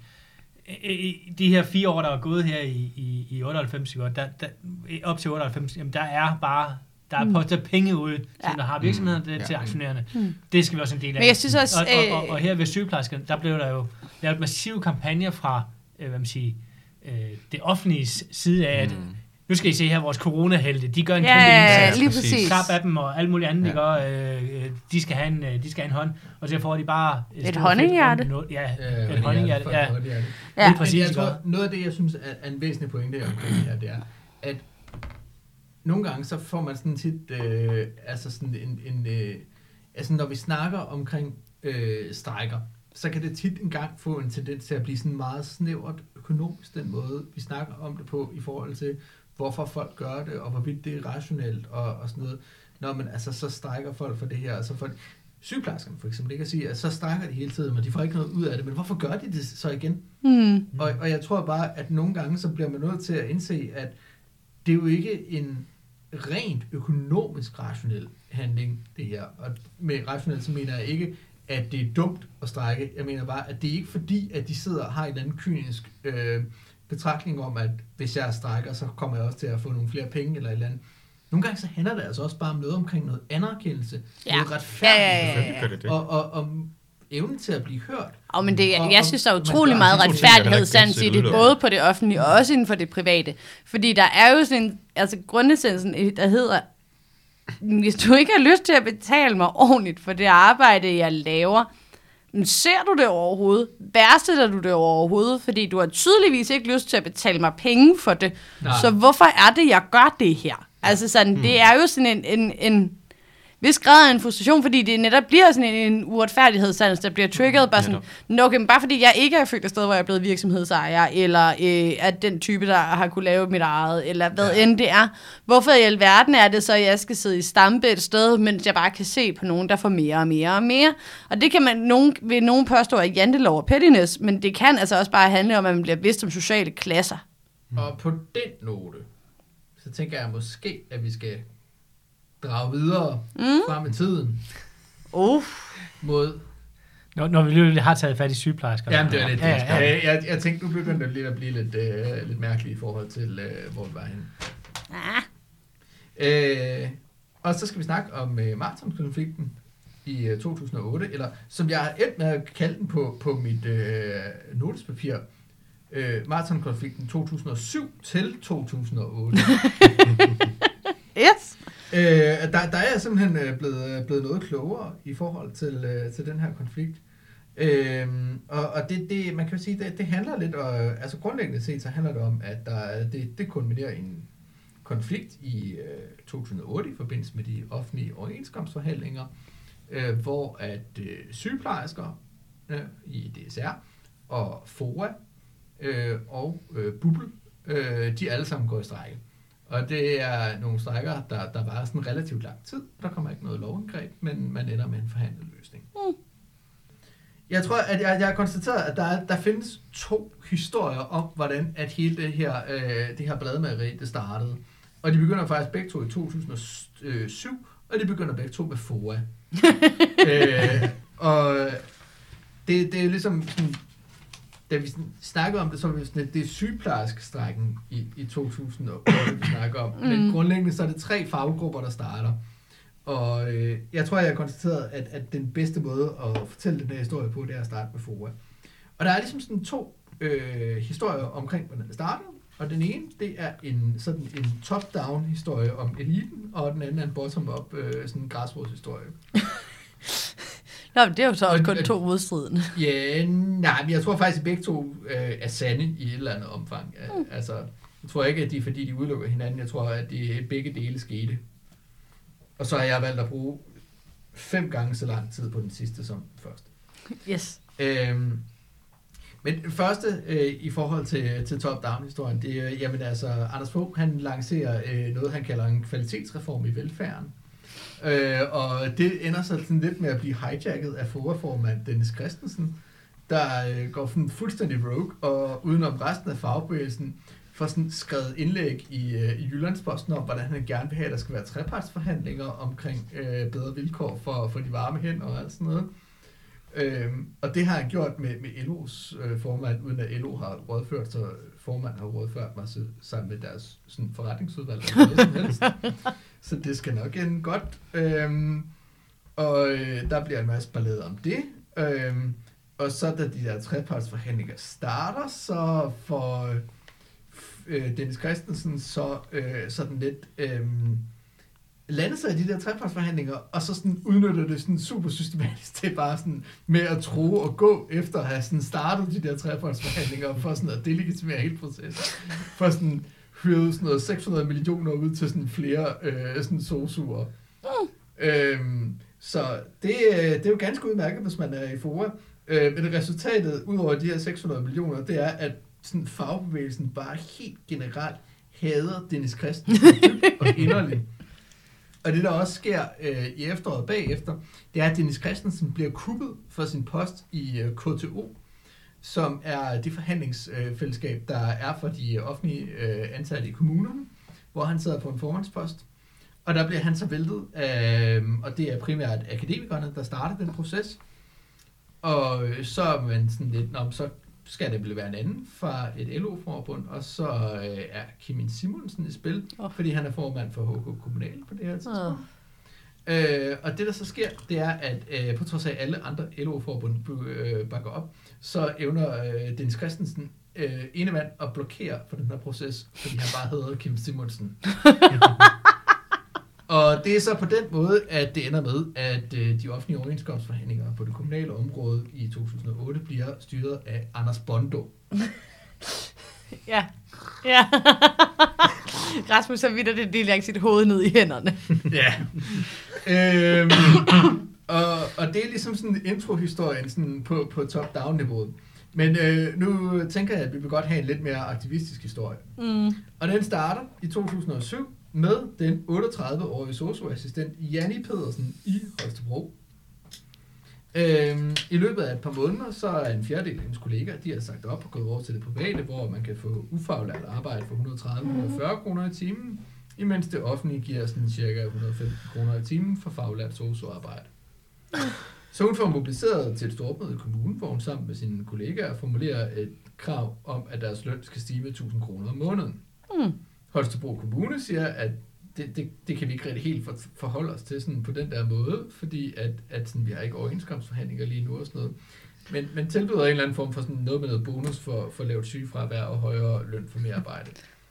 S4: de her fire år, der er gået her i, i, i otteoghalvfems, der, der, op til otteoghalvfems, jamen der er bare... Der er postet mm. penge ud, til ja. der har virksomheden mm. til aktionærerne. Mm. Det skal vi også en del af.
S5: Men jeg synes også,
S4: og, og, og, og her ved sygeplejerskerne, der blev der jo lavet massive kampagner fra øh, hvad man siger, øh, det offentlige side af, at mm. nu skal I se her, vores coronahelte, de gør en
S5: ja,
S4: kæmpe indsats.
S5: Ja, lige præcis.
S4: Klap af dem og alt muligt andet, ja. de gør. Øh, de, skal have en, de skal have en hånd, og så får de bare...
S5: Et, et honninghjerte.
S4: Ja, øh, et honninghjerte. Ja,
S3: ja. Lige præcis. Jeg tror, noget af det, jeg synes er en væsentlig pointe omkring det her, det er, at nogle gange så får man sådan tit, øh, altså sådan en, en øh, altså når vi snakker omkring øh, strejker, så kan det tit engang få en tendens til at blive sådan meget snævert økonomisk, den måde vi snakker om det på, i forhold til, hvorfor folk gør det, og hvorvidt det er rationelt, og, og sådan noget. Når man, altså så strejker folk for det her, altså for sygeplejerskerne for eksempel, ikke at sige, at så strejker de hele tiden, men de får ikke noget ud af det, men hvorfor gør de det så igen? Mm. Og, og jeg tror bare, at nogle gange, så bliver man nødt til at indse, at det er jo ikke en rent økonomisk rationel handling, det her. Og med rationelt, så mener jeg ikke, at det er dumt at strejke. Jeg mener bare, at det er ikke fordi, at de sidder og har en eller anden kynisk øh, betragtning om, at hvis jeg strejker, så kommer jeg også til at få nogle flere penge eller et eller andet. Nogle gange så handler det altså også bare om noget omkring noget anerkendelse, ja. noget retfærdigt.
S5: Ja, ja, ja, ja.
S3: Og, og, og evne til at blive hørt.
S5: Og men det,
S3: Og-
S5: jeg
S3: og-
S5: synes, der er
S3: man
S5: utrolig
S3: gør
S5: meget
S6: sådan nogle ting, der heller
S5: retfærdighedssans
S6: ikke
S5: i det,
S6: kan
S5: både på det offentlige og også inden for det private. Fordi der er jo sådan en, altså grundessensen, der hedder, hvis du ikke har lyst til at betale mig ordentligt for det arbejde, jeg laver, men ser du det overhovedet? Værdsætter du det overhovedet? Fordi du har tydeligvis ikke lyst til at betale mig penge for det.
S3: Nej.
S5: Så hvorfor er det, jeg gør det her? Altså sådan, det er jo sådan en, en, en vis grad af en frustration, fordi det netop bliver sådan en, en uretfærdighedssans, der bliver triggeret. Bare sådan, no, okay, bare fordi jeg ikke er født et sted, hvor jeg er blevet virksomhedsejer, eller øh, er den type, der har kunne lave mit eget, eller hvad ja. end det er. Hvorfor i alverden er det så, at jeg skal sidde i stampe et sted, mens jeg bare kan se på nogen, der får mere og mere og mere? Og det kan man, nogen, vil nogen påstå er jantelov og pettiness, men det kan altså også bare handle om, at man bliver bevidst om sociale klasser.
S3: Og på den note, så tænker jeg måske, at vi skal drage videre mm. frem i tiden
S5: Uh.
S3: mod...
S4: Når, når vi lige har taget fat i sygeplejersker.
S3: Jamen, det er lidt
S4: ja, ja, ja.
S3: Jeg, jeg, jeg tænkte, nu begyndte det lidt at blive lidt, øh, lidt mærkeligt i forhold til, øh, hvor vi var henne.
S5: Ah.
S3: Øh, og så skal vi snakke om øh, maratonkonflikten i øh, to tusind og otte, eller som jeg har endt med at kalde den på, på mit øh, notespapir, øh, maratonkonflikten to tusind og syv til to tusind og otte.
S5: Yes.
S3: Øh, der, der er jeg simpelthen øh, blevet, blevet noget klogere i forhold til, øh, til den her konflikt. Øh, og og det, det, man kan jo sige, det, det handler lidt, og, altså grundlæggende set, så handler det om, at der, det, det kulminerer i en konflikt i øh, to tusind og otte i forbindelse med de offentlige overenskomstforhandlinger, øh, hvor at øh, sygeplejersker øh, i D S R og FOA øh, og øh, Bubble, øh, de alle sammen går i strejke. Og det er nogle strejker, der, der varer sådan relativt lang tid. Der kommer ikke noget lovindgreb, men man ender med en forhandlet løsning. Mm. Jeg tror, at jeg, jeg har konstateret, at der, der findes to historier om, hvordan at hele det her, øh, det her blademageri, det startede. Og de begynder faktisk begge to i to tusind og syv, og de begynder begge to med FOA. øh, og det, det er ligesom sådan, da vi snakkede om det, så var det sådan, at det er sygeplejerskestrækken i, i to tusind og otte, vi snakker om. Mm. Men grundlæggende så er det tre faggrupper, der starter. Og øh, jeg tror, jeg har konstateret, at, at den bedste måde at fortælle den her historie på, det er at starte med FOA. Og der er ligesom sådan to øh, historier omkring, hvordan det startede. Og den ene, det er en, sådan en top-down historie om eliten, og den anden er en bottom-up, øh, sådan en græsrodshistorie.
S5: Nå, det er jo så også kun to modstridende.
S3: Ja, nej, men jeg tror faktisk, at begge to øh, er sande i et eller andet omfang. Mm. Altså, jeg tror ikke, at de fordi de udelukker hinanden. Jeg tror, at de begge dele skete. Og så har jeg valgt at bruge fem gange så lang tid på den sidste som første.
S5: Yes.
S3: Øhm, men første øh, i forhold til, til top-down-historien, det er, jamen altså, Anders Fogh, han lancerer øh, noget, han kalder en kvalitetsreform i velfærden. Øh, og det ender så sådan lidt med at blive hijacket af F O A-formand Dennis Christensen, der øh, går sådan fuldstændig rogue, og udenom resten af fagbevægelsen får sådan skrevet indlæg i, øh, i Jyllandsposten om, hvordan han gerne vil have, at der skal være trepartsforhandlinger omkring øh, bedre vilkår for, for de varme hænder og alt sådan noget. Øh, og det har han gjort med, med L O's øh, formand, uden at L O har rådført, så formanden har rådført mig sammen med deres sådan, forretningsudvalg eller noget som helst. Så det skal nok ende godt. Øhm, og øh, der bliver en masse ballade om det. Øhm, og så da de der trepartsforhandlinger starter, så får øh, Dennis Christensen så øh, sådan lidt øh, landet sig i de der trepartsforhandlinger, og så sådan udnytter det sådan super systematisk til bare sådan med at tro og gå efter at have sådan startet de der trepartsforhandlinger, for sådan at delegitimere hele processen. For sådan hyret sådan noget seks hundrede millioner ud til sådan flere øh, sådan sosuer. Mm. Øhm, så det, det er jo ganske udmærket, hvis man er i F O A. Øh, men resultatet, ud over de her seks hundrede millioner, det er, at sådan fagbevægelsen bare helt generelt hader Dennis Christensen og inderligt. Og det, der også sker øh, i efteråret bagefter, det er, at Dennis Christensen bliver kuppet for sin post i øh, K T O, som er det forhandlingsfællesskab, der er for de offentlige øh, ansatte i kommunerne, hvor han sidder på en formandspost. Og der bliver han så væltet, øh, og det er primært akademikerne, der starter den proces. Og så er man sådan lidt, nå, så skal det vel være en anden fra et L O-forbund, og så øh, er Kim Simonsen i spil, oh. fordi han er formand for H K Kommunal på det her tidspunkt. Øh, og det, der så sker, det er, at øh, på trods af alle andre L O-forbund øh, bakker op, så evner øh, Dennis Christensen øh, enemand at blokere for den her proces, fordi han bare hedder Kim Simonsen. Og det er så på den måde, at det ender med, at øh, de offentlige overenskomstforhandlinger på det kommunale område i to tusind og otte bliver styret af Anders Bondo.
S5: Ja. Ja. Rasmus har vidt, at det lige lagt sit hoved ned i hænderne.
S3: Ja. øhm, og, og det er ligesom sådan introhistorien sådan på, på top-down-niveauet. Men øh, nu tænker jeg, at vi vil godt have en lidt mere aktivistisk historie. Mm. Og den starter i to tusind og syv med den otteogtredive-årige sosu-assistent Janni Pedersen i Holstebro. Øhm, I løbet af et par måneder, så er en fjerdedel af hendes kollegaer, de har sagt op og gået over til det private, hvor man kan få ufaglært arbejde for et hundrede og tredive til et hundrede og fyrre kroner i timen, imens det offentlige giver sådan cirka et hundrede og femten kroner i timen for faglært sosu-arbejde. Så hun får mobiliseret til et stormøde i kommunen, hvor hun sammen med sine kollegaer formulerer et krav om, at deres løn skal stige med tusind kroner om måneden. Mm. Holstebro Kommune siger, at det, det, det kan vi ikke rigtig helt for, forholde os til sådan på den der måde, fordi at, at sådan, vi har ikke overenskomstforhandlinger lige nu og sådan noget. Men, men tilbyder en eller anden form for sådan noget med noget bonus for, for lavt sygefravær og højere løn for mere arbejde.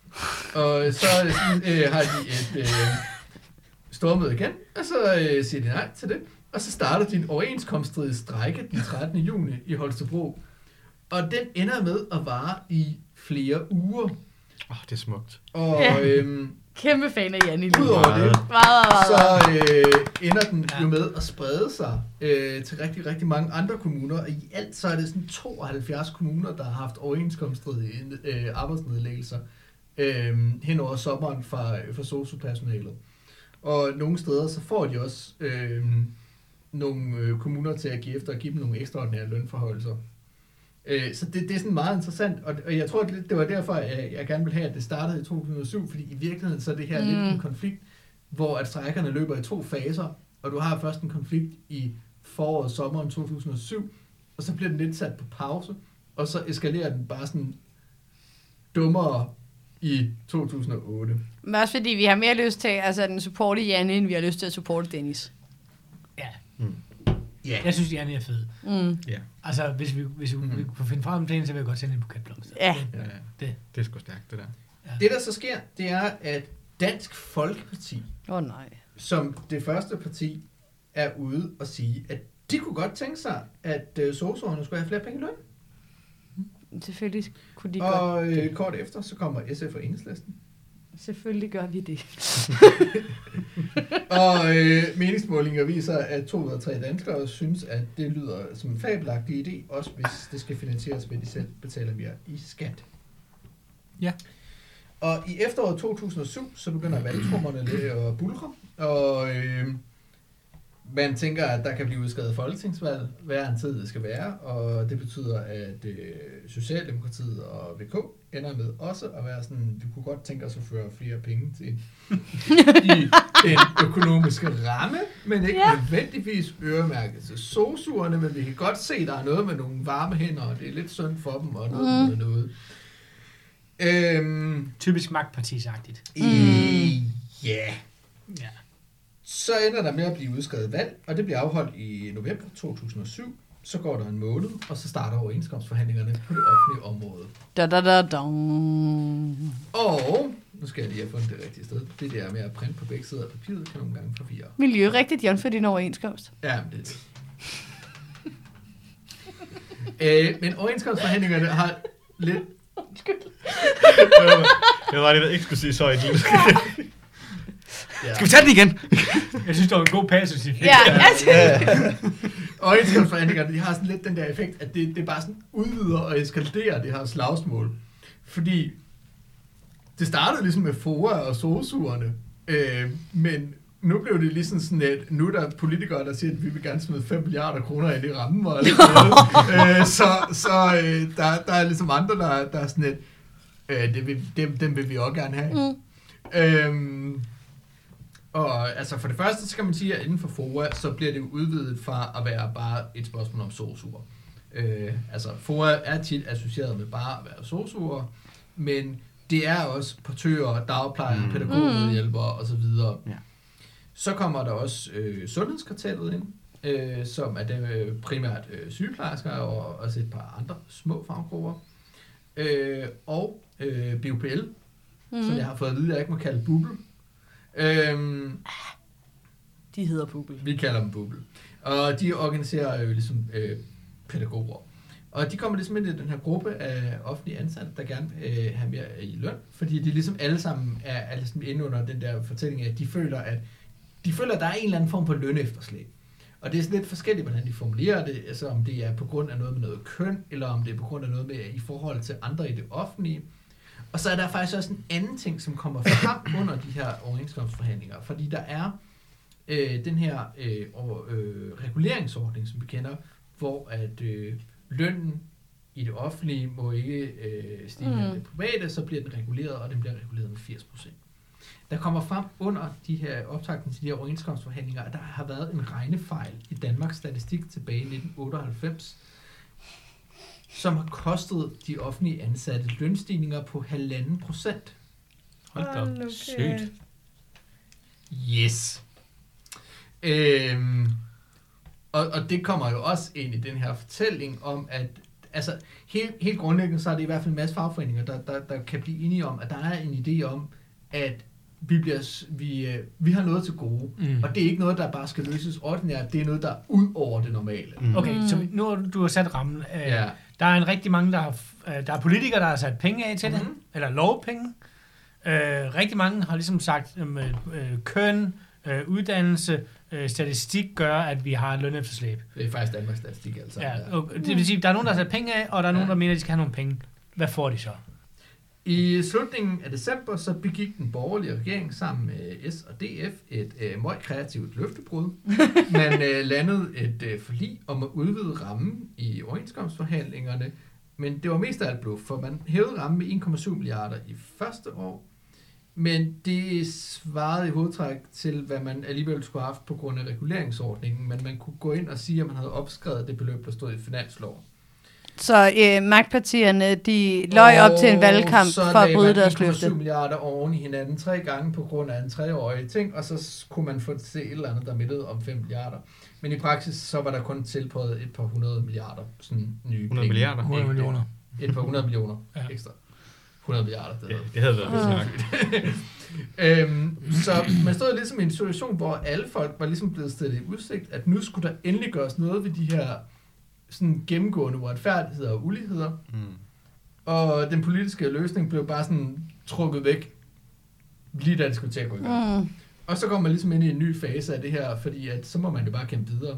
S3: Og så sådan, øh, har de et øh, stormøde igen, og så øh, siger de nej til det. Og så starter de en overenskomststridig strejke den trettende juni i Holstebro. Og den ender med at vare i flere uger.
S6: Åh, oh, det er smukt.
S3: Og ja. øhm,
S5: Kæmpe fan af Janni.
S3: Udover det,
S5: meget, meget,
S3: så øh, ender den jo med at sprede sig øh, til rigtig, rigtig mange andre kommuner. Og i alt så er det sådan tooghalvfjerds kommuner, der har haft overenskomststridige øh, arbejdsnedlæggelser øh, hen over sommeren for, for sosu-personalet. Og nogle steder så får de også øh, nogle øh, kommuner til at give efter og give dem nogle ekstraordinære lønforhøjelser. Øh, så det, det er sådan meget interessant, og, og jeg tror, det, det var derfor, jeg, jeg gerne vil have, at det startede i to tusind og syv, fordi i virkeligheden så er det her mm. lidt en konflikt, hvor at strejkerne løber i to faser, og du har først en konflikt i foråret, sommeren to tusind og syv, og så bliver den lidt sat på pause, og så eskalerer den bare sådan dummere i to tusind og otte.
S5: Men også fordi vi har mere lyst til altså, den supporte Janni, end vi har lyst til at supporte Dennis.
S4: Ja.
S6: Mm.
S4: Yeah. Jeg synes, Janni er fed.
S5: Mm.
S6: Yeah.
S4: Altså, hvis vi, hvis vi mm. kunne finde frem til hende, så vil jeg godt sende en buket blomster.
S5: Ja.
S4: Det,
S6: Ja,
S4: det.
S6: det er sgu stærkt, det der.
S3: Ja. Det, der så sker, det er, at Dansk Folkeparti,
S5: åh oh, nej,
S3: som det første parti, er ude og sige, at de kunne godt tænke sig, at uh, sosuerne skulle have flere penge i løn.
S5: Selvfølgelig kunne de
S3: og,
S5: godt.
S3: Og øh, kort efter, så kommer S F og Enhedslisten.
S5: Selvfølgelig gør vi det.
S3: og øh, meningsmålinger viser, at to ud af tre danskere synes, at det lyder som en fabelagtig idé, også hvis det skal finansieres ved, de selv betaler mere i skat.
S4: Ja.
S3: Og i efteråret to tusind og syv, så begynder valgtrummerne lidt at bulre, og øh, man tænker, at der kan blive udskrevet folketingsvalg, hver en tid det skal være, og det betyder, at øh, Socialdemokratiet og V K ender med også at være sådan, vi kunne godt tænke os at føre flere penge til i den økonomiske ramme, men ikke ja. nødvendigvis øremærket til sosuerne, men vi kan godt se, at der er noget med nogle varme hænder, og det er lidt synd for dem, og noget mm. med noget. Øhm,
S4: Typisk magtpartisagtigt.
S3: Mm. Yeah.
S4: Ja.
S3: Så ender der med at blive udskrevet valg, og det bliver afholdt i november to tusind og syv. Så går der en måned, og så starter overenskomstforhandlingerne på det offentlige område.
S5: Da, da, da, da.
S3: Og, nu skal jeg lige have fundet det rigtige sted. Det der med at printe på begge sider af papiret kan nogle gange forvirre.
S5: Miljørigtigt, Jan, for din overenskomst.
S3: Ja, men det er det. øh, men overenskomstforhandlingerne har lidt...
S5: Undskyld.
S6: Det var det, der ikke skulle sige så i din.
S4: Ja. Skal vi tage den igen? Jeg synes, det var en god passus.
S5: Ja, ja.
S3: Overenskomstforhandlingerne, de har sådan lidt den der effekt, at det, det bare sådan udvider og eskalerer det her slagsmål. Fordi det startede ligesom med F O A og sosuerne, øh, men nu blev det ligesom sådan, at nu er der politikere, der siger, at vi vil gerne smide fem milliarder kroner ind i rammen og alt noget. øh, så så øh, der, der er ligesom andre, der, der er sådan et, øh, det vil, dem, dem vil vi også gerne have. Mm. Øhm, Og altså for det første, så kan man sige, at inden for F O A, så bliver det udvidet fra at være bare et spørgsmål om sosuer. Øh, altså F O A er tit associeret med bare at være sosuer, men det er også portører, dagplejere, mm. pædagogmedhjælpere osv. Ja. Så kommer der også øh, Sundhedskartellet ind, øh, som er dem, øh, primært øh, sygeplejersker og også et par andre små faggrupper. Øh, og øh, B U P L, mm. som jeg har fået at vide, at jeg ikke må kalde Bubble. Øh,
S5: De hedder Bubble.
S3: Vi kalder dem Bubble. Og de organiserer jo ligesom øh, pædagoger. Og de kommer ligesom ind i den her gruppe af offentlige ansatte, der gerne vil øh, have mere i løn, fordi de ligesom alle sammen er, er ligesom inde under den der fortælling, at de føler, at de føler, at der er en eller anden form for lønefterslæb. Og det er sådan lidt forskelligt, hvordan de formulerer det, altså om det er på grund af noget med noget køn, eller om det er på grund af noget med i forhold til andre i det offentlige. Og så er der faktisk også en anden ting, som kommer frem under de her overenskomstforhandlinger, fordi der er øh, den her øh, og, øh, reguleringsordning, som vi kender, hvor at øh, lønnen i det offentlige må ikke øh, stige mm. med det private, så bliver den reguleret, og den bliver reguleret med firs procent. Der kommer frem under de her optagten til de her overenskomstforhandlinger, at der har været en regnefejl i Danmarks Statistik tilbage i nitten otteoghalvfems, som har kostet de offentlige ansatte lønstigninger på halvanden procent.
S4: Hold da op. Sygt.
S3: Yes. Øhm, og, og det kommer jo også ind i den her fortælling om, at altså, helt, helt grundlæggende, så er det i hvert fald en masse fagforeninger, der, der, der kan blive enige om, at der er en idé om, at vi, bliver, vi, vi har noget til gode, mm. og det er ikke noget, der bare skal løses ordinært, det er noget, der er ud over det normale.
S4: Mm. Okay, mm. så nu har du har sat rammen. Øh, ja. Der er en rigtig mange, der har, der er politikere, der har sat penge af til mm. det, eller lovpenge. Øh, rigtig mange har ligesom sagt, øh, øh, køn, øh, uddannelse, øh, statistik gør, at vi har en lønefterslæb.
S3: Det er faktisk Danmarks Statistik, altså.
S4: Ja, og det vil sige, der er nogen, der har sat penge af, og der er ja. nogen, der mener, at de skal have nogle penge. Hvad får de så?
S3: I slutningen af december, så begik den borgerlige regering sammen med S og D F et øh, meget kreativt løftebrud. Man øh, landede et øh, forlig om at udvide rammen i overenskomstforhandlingerne, men det var mest af alt bluff, for man hævede rammen med en komma syv milliarder i første år, men det svarede i hovedtræk til, hvad man alligevel skulle have haft på grund af reguleringsordningen, men man kunne gå ind og sige, at man havde opskrevet det beløb, der stod i finansloven.
S5: Så øh, magtpartierne, de løj op til en valgkamp for at bryde deres løfte.
S3: Så lagde man syv milliarder oven i hinanden tre gange på grund af en treårig ting, og så kunne man få se et eller andet, der midtede om fem milliarder. Men i praksis, så var der kun tilpøjet et par hundrede milliarder, sådan nye
S6: hundrede milliarder?
S4: hundrede millioner.
S3: Et par hundrede millioner ja. ekstra. hundrede milliarder, det,
S6: det, det havde været
S3: lidt øhm, Så man stod ligesom i en situation, hvor alle folk var ligesom blevet stillet i udsigt, at nu skulle der endelig gøres noget ved de her sådan gennemgående uretfærdigheder og uligheder. Mm. Og den politiske løsning blev bare sådan trukket væk, lige da det skulle til at gå i gang. Mm. Og så kommer man ligesom ind i en ny fase af det her, fordi at, så må man jo bare kæmpe videre.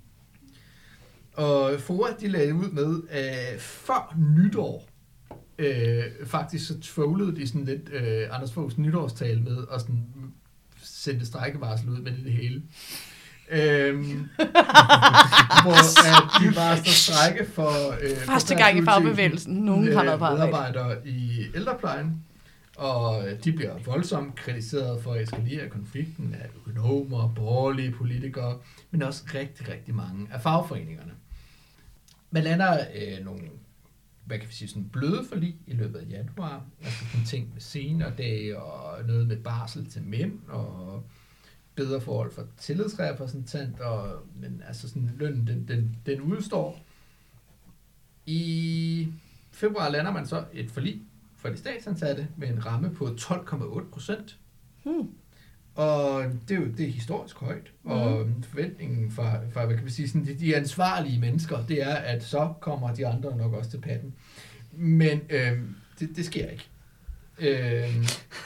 S3: Og FOA, de lagde ud med, at før nytår, øh, faktisk så trollede de sådan lidt øh, Anders Foghs nytårstale med, og sådan sendte strejkevarsel ud med det, det hele. Øhm, hvor at de bare står strække for øh,
S5: første gang i fagbevægelsen nogen øh, har været på arbejde.
S3: Medarbejdere i ældreplejen, og de bliver voldsomt kritiseret for at eskalere konflikten af økonomer, borgerlige politikere, men også rigtig, rigtig mange af fagforeningerne. Man lander øh, nogle, hvad kan vi sige, sådan bløde forlig i løbet af januar, altså sådan ting med senerdage og noget med barsel til mænd og bedre forhold for tillidsrepræsentant, og, men altså sådan lønnen, den, den, den udstår. I februar lander man så et forlig for de statsansatte med en ramme på tolv komma otte procent. Hmm. Og det er jo det er historisk højt, mm. og forventningen fra, fra hvad kan vi sige, sådan, de, de ansvarlige mennesker, det er, at så kommer de andre nok også til patten. Men øh, det, det sker ikke. Øh,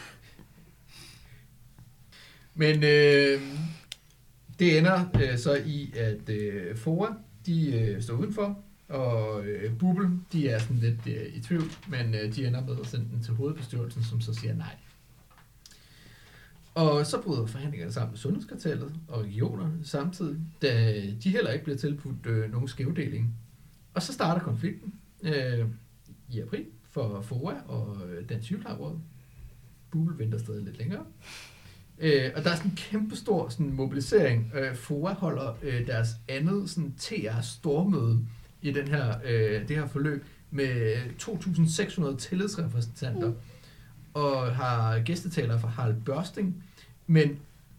S3: Men øh, det ender øh, så i, at øh, FOA, de øh, står udenfor, og øh, Bubble, de er sådan lidt øh, i tvivl, men øh, de ender med at sende den til hovedbestyrelsen, som så siger nej. Og så bryder forhandlingerne sammen med Sundhedskartellet og regionerne samtidig, da de heller ikke bliver tilbudt øh, nogen skævdeling. Og så starter konflikten øh, i april for FOA og øh, Dansk Sygeplejeråd. Bubble venter stadig lidt længere. Øh, og der er sådan en kæmpe stor sådan, mobilisering. Øh, FOA holder øh, deres andet sådan, T R-stormøde i den her, øh, det her forløb med to tusind seks hundrede tillidsrepræsentanter, mm. og har gæstetalere fra Harald Børsting. Men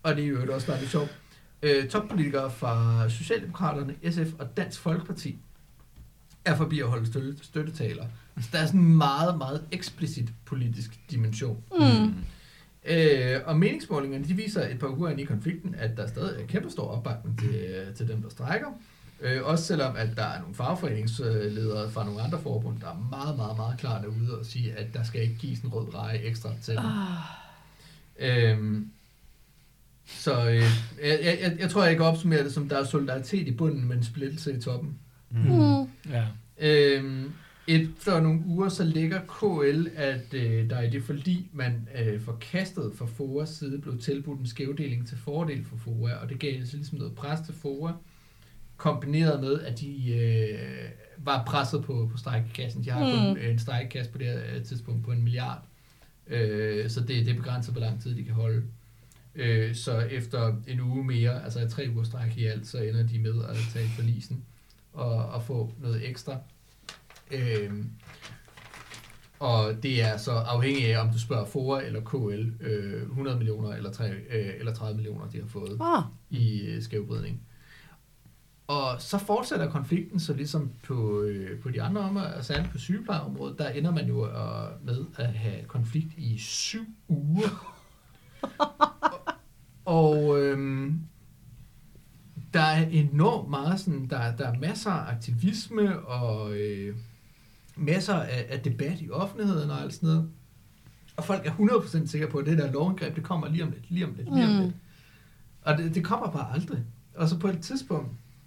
S3: og det er jo også lidt sjovt, øh, toppolitikere fra Socialdemokraterne, S F og Dansk Folkeparti er forbi at holde støtte, støttetaler. Så der er sådan en meget, meget eksplicit politisk dimension.
S5: Mm.
S3: Øh, og meningsmålingerne, de viser et par uger ind i konflikten, at der stadig er kæmpe stor opbakning til, til dem, der strækker. Øh, også selvom, at der er nogle fagforeningsledere fra nogle andre forbund, der er meget, meget, meget klart derude og sige, at der skal ikke gives en rød reje ekstra til dem.
S5: Oh.
S3: Øhm, så øh, jeg, jeg, jeg tror, jeg kan opsummere det som, der er solidaritet i bunden, men splittelse i toppen.
S5: Mm.
S4: Ja.
S3: Øhm, efter nogle uger, så lægger K L, at øh, der i det forlig, man øh, forkastede fra F O A's side, blev tilbudt en skævdeling til fordel for F O A, og det gav altså ligesom noget pres til F O A, kombineret med, at de øh, var presset på, på strejkekassen. De har mm. kun en strejkekasse på det her tidspunkt på en milliard, øh, så det, det er begrænset, hvor lang tid de kan holde. Øh, så efter en uge mere, altså tre uger stræk i alt, så ender de med at tage forlisen og, og få noget ekstra. Øhm, og det er så afhængigt af, om du spørger F O A eller K L, øh, hundrede millioner eller, tre, øh, eller tredive millioner, de har fået
S5: oh.
S3: i øh, skævvridning. Og så fortsætter konflikten, så ligesom på, øh, på de andre områder, særligt på sygeplejeområdet, der ender man jo øh, med at have konflikt i syv uger. og øh, der er enormt meget sådan, der, der er masser af aktivisme og øh, masser af, af debat i offentligheden og alt sådan noget. Og folk er hundrede procent sikre på, at det der lovindgreb, det kommer lige om lidt, lige om lidt, lige om lidt. Mm. Og det, det kommer bare aldrig. Og så på et tidspunkt,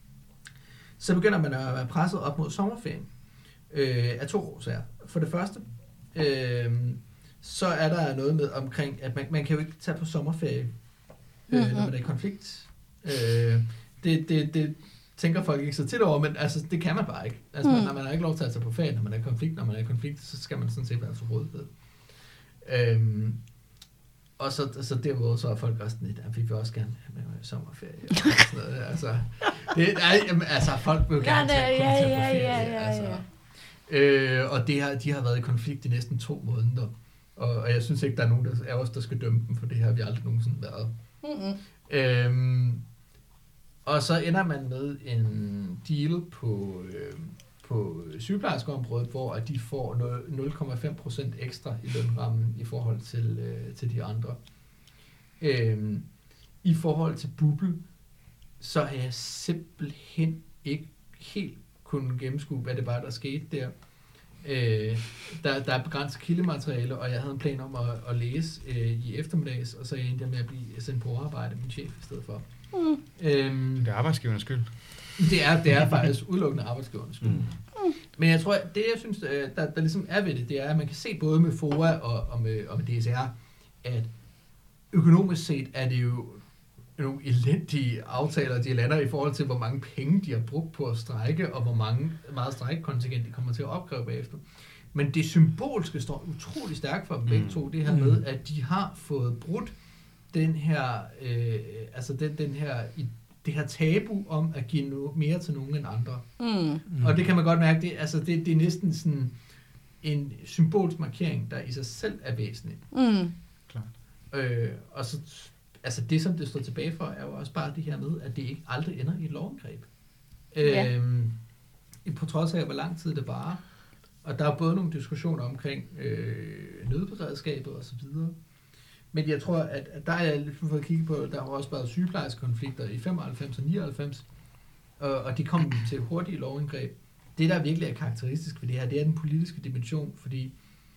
S3: så begynder man at være presset op mod sommerferien øh, af to årsager. For det første, øh, så er der noget med omkring, at man, man kan jo ikke tage på sommerferie, øh, mm-hmm. når man er i konflikt. Øh, det, det, det tænker folk ikke så tit over, men altså, det kan man bare ikke. Altså, mm. man, når man har ikke lov til at tage på ferie, når man er i konflikt. Når man er i konflikt, så skal man sådan set være til rådighed. Øh, Og så, så derudover så er folk også sådan lidt, at vi vil også gerne have med sommerferie. Og sådan noget. Altså, det, nej, altså, folk vil jo gerne tage,
S5: ja,
S3: ja, tage
S5: ja,
S3: på ferie.
S5: ja, ja,
S3: altså.
S5: ja.
S3: Øh, og det her, de har været i konflikt i næsten to måneder. Og, og jeg synes ikke, der er nogen der er os, der skal dømme dem for det her. Vi har aldrig nogensinde været.
S5: Mm-hmm.
S3: Øhm, og så ender man med en deal på... Øh, på sygeplejerskeområdet, hvor de får nul komma fem procent ekstra i lønrammen i forhold til, øh, til de andre. Øhm, I forhold til Bupl, så har jeg simpelthen ikke helt kunnet gennemskue, hvad det var, der skete der. Øh, der, der er begrænset kildemateriale, og jeg havde en plan om at, at læse øh, i eftermiddags, og så endte jeg med at blive sendt på arbejde med min chef i stedet for.
S5: Mm.
S3: Øhm,
S6: Det er arbejdsgivernes skyld.
S3: Det er, det er faktisk udelukkende arbejdsgivernes skyld. Mm. Men jeg tror, at det, jeg synes, der, der ligesom er ved det, det er, at man kan se både med F O A og, og, med, og med D S R, at økonomisk set er det jo nogle elendige aftaler, de lander i forhold til, hvor mange penge de har brugt på at strække, og hvor mange meget strækkontingent de kommer til at opkræve bagefter. Men det symbolske står utrolig stærkt for dem begge to, det her med, at de har fået brudt den her, øh, altså den, den her det her tabu om at give no- mere til nogen end andre. Mm. Mm. Og det kan man godt mærke, det, altså det, det er næsten sådan en symbolsk markering, der i sig selv er væsentlig. Mm. Klart. Øh, og så, altså det, som det står tilbage for, er jo også bare det her med, at det ikke aldrig ender i et lovindgreb. Ja. Øh, på trods af, hvor lang tid det varer. Og der er både nogle diskussioner omkring øh, nødberedskabet og så videre. Men jeg tror, at, at der er jeg lidt for at kigge på, der har også været sygeplejerskekonflikter i femoghalvfems og nioghalvfems, og, og de kom til hurtige lovindgreb. Det, der virkelig er karakteristisk ved det her, det er den politiske dimension, fordi